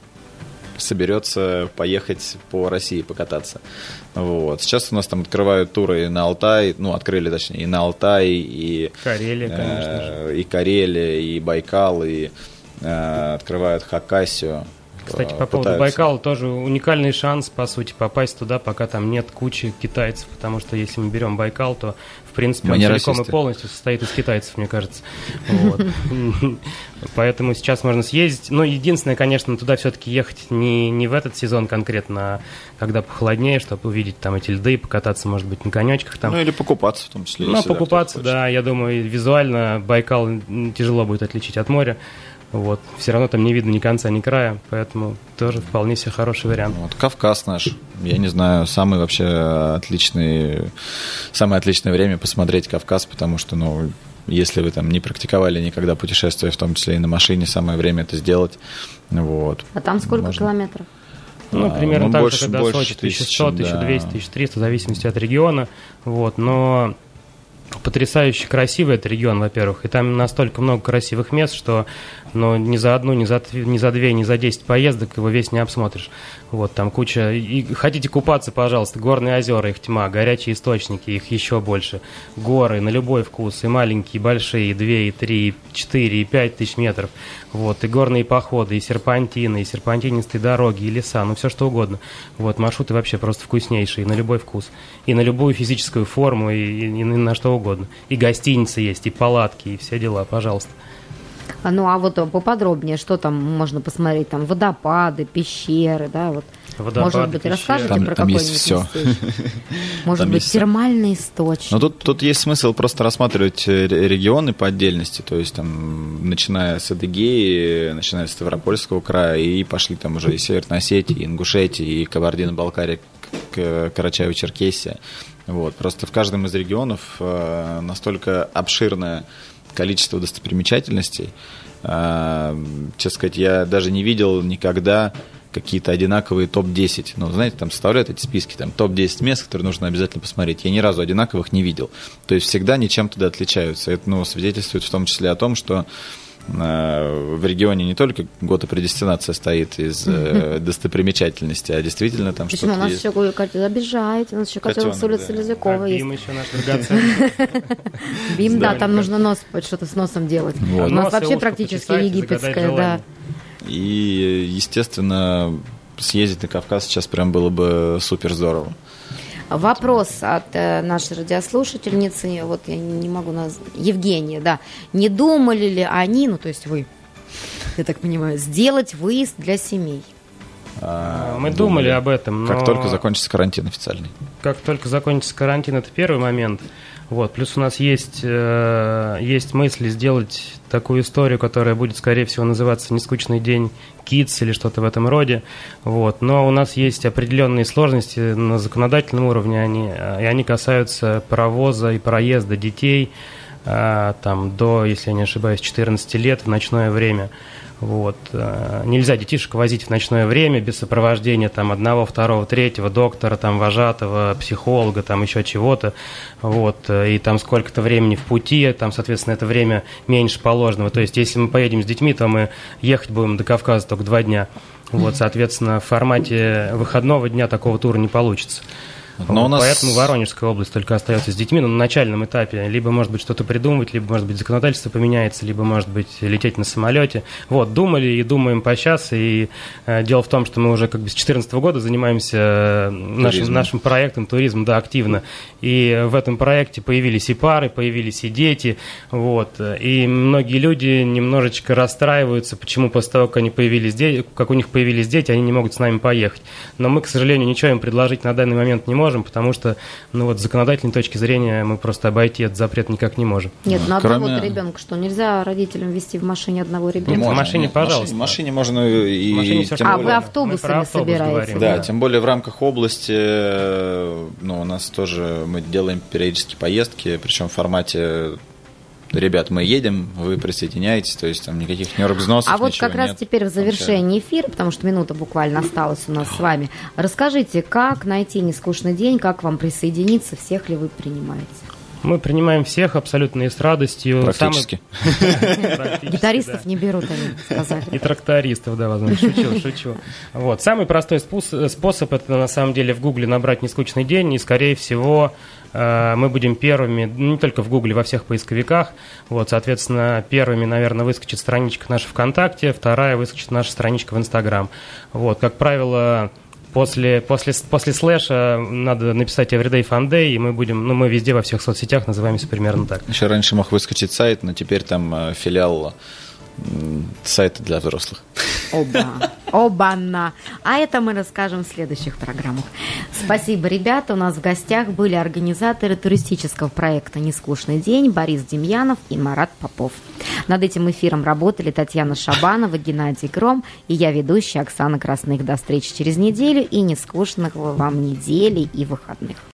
[SPEAKER 3] соберется поехать по России покататься. Вот. Сейчас у нас там открывают туры и на Алтай, ну, открыли, точнее, и на Алтай, и...
[SPEAKER 4] Карелия, конечно же.
[SPEAKER 3] э, И Карелия, и Байкал, и э, открывают Хакасию.
[SPEAKER 4] Кстати,
[SPEAKER 3] Э,
[SPEAKER 4] по поводу
[SPEAKER 3] пытаются.
[SPEAKER 4] Байкала тоже уникальный шанс, по сути, попасть туда, пока там нет кучи китайцев, потому что если мы берем Байкал, то, в принципе,
[SPEAKER 3] Мы
[SPEAKER 4] он
[SPEAKER 3] не
[SPEAKER 4] целиком и
[SPEAKER 3] расисты.
[SPEAKER 4] полностью состоит из китайцев, мне кажется. Вот. Поэтому сейчас можно съездить. Но единственное, конечно, туда все-таки ехать не, не в этот сезон конкретно, а когда похолоднее, чтобы увидеть там эти льды, покататься, может быть, на конечках там.
[SPEAKER 3] Ну, или покупаться в том числе.
[SPEAKER 4] Ну,
[SPEAKER 3] если, да,
[SPEAKER 4] покупаться,
[SPEAKER 3] кто-то
[SPEAKER 4] да, я думаю, визуально Байкал м, тяжело будет отличить от моря. Вот. Все равно там не видно ни конца, ни края, поэтому тоже вполне себе хороший вариант.
[SPEAKER 3] Вот, Кавказ наш, я не знаю, самый вообще отличный, самое отличное время посмотреть Кавказ, потому что, ну, если вы там не практиковали никогда путешествия, в том числе и на машине, самое время это сделать. Вот.
[SPEAKER 2] А там сколько
[SPEAKER 3] Можно.
[SPEAKER 2] километров?
[SPEAKER 4] Ну,
[SPEAKER 3] А,
[SPEAKER 4] примерно
[SPEAKER 3] ну,
[SPEAKER 4] так
[SPEAKER 3] больше-
[SPEAKER 4] же, когда
[SPEAKER 3] больше
[SPEAKER 4] Сочи тысяча
[SPEAKER 3] тысячи,
[SPEAKER 4] сто, тысяча двести,
[SPEAKER 3] да.
[SPEAKER 4] тысяча триста, в зависимости от региона. Вот. Но потрясающе красивый этот регион, во-первых, и там настолько много красивых мест, что ну, ни за одну, ни за, т- ни за две, ни за десять поездок его весь не обсмотришь. Вот, там куча... И хотите купаться, пожалуйста, горные озера, их тьма, горячие источники, их еще больше. Горы на любой вкус, и маленькие, и большие, и две, и три, и четыре, и пять тысяч метров. Вот, и горные походы, и серпантины, и серпантинистые дороги, и леса, ну все что угодно. Вот, маршруты вообще просто вкуснейшие, на любой вкус. И на любую физическую форму, и, и- и на что угодно. И гостиницы есть, и палатки, и все дела, пожалуйста.
[SPEAKER 2] А, ну, а вот поподробнее, что там можно посмотреть? Там водопады, пещеры, да, вот.
[SPEAKER 4] Водопады,
[SPEAKER 2] Может быть,
[SPEAKER 4] пещеры.
[SPEAKER 2] расскажете
[SPEAKER 3] Там-
[SPEAKER 2] про
[SPEAKER 3] там есть
[SPEAKER 2] какой-нибудь
[SPEAKER 3] всё.
[SPEAKER 2] местечко? Может
[SPEAKER 3] Там
[SPEAKER 2] быть,
[SPEAKER 3] есть всё.
[SPEAKER 2] термальный источник?
[SPEAKER 3] Но тут, тут есть смысл просто рассматривать э, ре- регионы по отдельности, то есть там, начиная с Адыгеи, начиная с Ставропольского края, и пошли там уже и Северной Осетии, и Ингушетии, и Кабардино-Балкария, к- к- Карачаево-Черкесия. Вот. Просто в каждом из регионов э, настолько обширное количество достопримечательностей. Э, честно сказать, я даже не видел никогда какие-то одинаковые топ десять. Ну, знаете, там составляют эти списки, там топ десять мест, которые нужно обязательно посмотреть. Я ни разу одинаковых не видел. То есть всегда ничем туда отличаются. Это, ну, свидетельствует в том числе о том, что э, в регионе не только года предестинация стоит из э, достопримечательностей, а действительно там
[SPEAKER 2] Почему? У
[SPEAKER 3] что-то
[SPEAKER 2] нас
[SPEAKER 3] есть.
[SPEAKER 2] еще Катя обижаете, у нас еще котенок с
[SPEAKER 3] Котенок,
[SPEAKER 2] улицы
[SPEAKER 3] да.
[SPEAKER 2] Лизякова
[SPEAKER 4] А
[SPEAKER 2] есть.
[SPEAKER 4] Бим еще наш драгоценный.
[SPEAKER 2] Бим, да,
[SPEAKER 4] Да,
[SPEAKER 2] там
[SPEAKER 4] как-
[SPEAKER 2] нужно нос, что-то с носом делать.
[SPEAKER 3] Вот.
[SPEAKER 2] У нас
[SPEAKER 4] Нос и
[SPEAKER 2] вообще
[SPEAKER 4] ушко
[SPEAKER 2] практически
[SPEAKER 4] почесать и загадать
[SPEAKER 2] египетская, да.
[SPEAKER 4] желание.
[SPEAKER 3] И, естественно, съездить на Кавказ сейчас прям было бы супер здорово.
[SPEAKER 2] Вопрос от э, нашей радиослушательницы, вот я не могу назвать, Евгения, да. Не думали ли они, ну то есть вы, я так понимаю, сделать выезд для семей?
[SPEAKER 3] А,
[SPEAKER 4] Мы думали об этом, но...
[SPEAKER 3] Как только закончится карантин официальный.
[SPEAKER 4] Как только закончится карантин, это первый момент. Вот. Плюс у нас есть, э, есть мысли сделать такую историю, которая будет, скорее всего, называться «Нескучный день Kids» или что-то в этом роде. Вот. Но у нас есть определенные сложности на законодательном уровне, они, и они касаются провоза и проезда детей там, до, если я не ошибаюсь, четырнадцати лет в ночное время. Вот. Нельзя детишек возить в ночное время без сопровождения там, одного, второго, третьего доктора, там, вожатого, психолога, там, еще чего-то. Вот. И там сколько-то времени в пути, там, соответственно, это время меньше положенного. То есть, если мы поедем с детьми, то мы ехать будем до Кавказа только два дня. Вот, соответственно, в формате выходного дня такого тура не получится. Но у нас... Поэтому Воронежская область только остается с детьми, но на начальном этапе либо, может быть, что-то придумывать, либо, может быть, законодательство поменяется, либо, может быть, лететь на самолете. Вот, думали и думаем по сейчас, и э, дело в том, что мы уже как бы с две тысячи четырнадцатого года занимаемся нашим, нашим проектом туризм, да, активно. И в этом проекте появились и пары, появились и дети, вот, и многие люди немножечко расстраиваются, почему после того, как они появились дети, как у них появились дети, они не могут с нами поехать. Но мы, к сожалению, ничего им предложить на данный момент не можем, потому что, ну вот, с законодательной точки зрения мы просто обойти этот запрет никак не можем.
[SPEAKER 2] Нет, на
[SPEAKER 3] Кроме...
[SPEAKER 2] одного ребенка что, нельзя родителям везти в машине одного ребенка?
[SPEAKER 4] Нет, в машине,
[SPEAKER 3] нет,
[SPEAKER 4] пожалуйста.
[SPEAKER 3] В машине можно и...
[SPEAKER 4] машине
[SPEAKER 3] тем
[SPEAKER 2] а,
[SPEAKER 3] более...
[SPEAKER 2] вы автобусами собираете?
[SPEAKER 4] Говорим,
[SPEAKER 3] да,
[SPEAKER 4] да,
[SPEAKER 3] тем более в рамках области, ну, у нас тоже, мы делаем периодически поездки, причем в формате... Ребят, мы едем, вы присоединяетесь, то есть там никаких нерввзносов,
[SPEAKER 2] А вот
[SPEAKER 3] ничего
[SPEAKER 2] как раз
[SPEAKER 3] нет.
[SPEAKER 2] теперь в завершении эфира, потому что минута буквально осталась у нас с вами, расскажите, как найти нескучный день, как вам присоединиться, всех ли вы принимаете?
[SPEAKER 4] Мы принимаем всех абсолютно и с радостью.
[SPEAKER 3] Практически.
[SPEAKER 2] Гитаристов не берут, они сказали.
[SPEAKER 4] И трактористов, да, возможно. Шучу, шучу. Вот. Самый простой способ – это на самом деле в Гугле набрать «нескучный день», и, скорее всего, мы будем первыми, не только в Гугле, во всех поисковиках. Вот, соответственно, первыми, наверное, выскочит страничка наша ВКонтакте, вторая выскочит наша страничка в Инстаграм. Вот, как правило, После, после, после слэша надо написать Everyday Fun Day, и мы будем, ну, мы везде во всех соцсетях называемся примерно так.
[SPEAKER 3] Еще раньше мог выскочить сайт, но теперь там филиал сайта для взрослых.
[SPEAKER 2] Оба, оба-на. А это мы расскажем в следующих программах. Спасибо, ребята. У нас в гостях были организаторы туристического проекта «Нескучный день» Борис Демьянов и Марат Попов. Над этим эфиром работали Татьяна Шабанова, Геннадий Гром и я, ведущая Оксана Красных. До встречи через неделю и нескучных вам недели и выходных.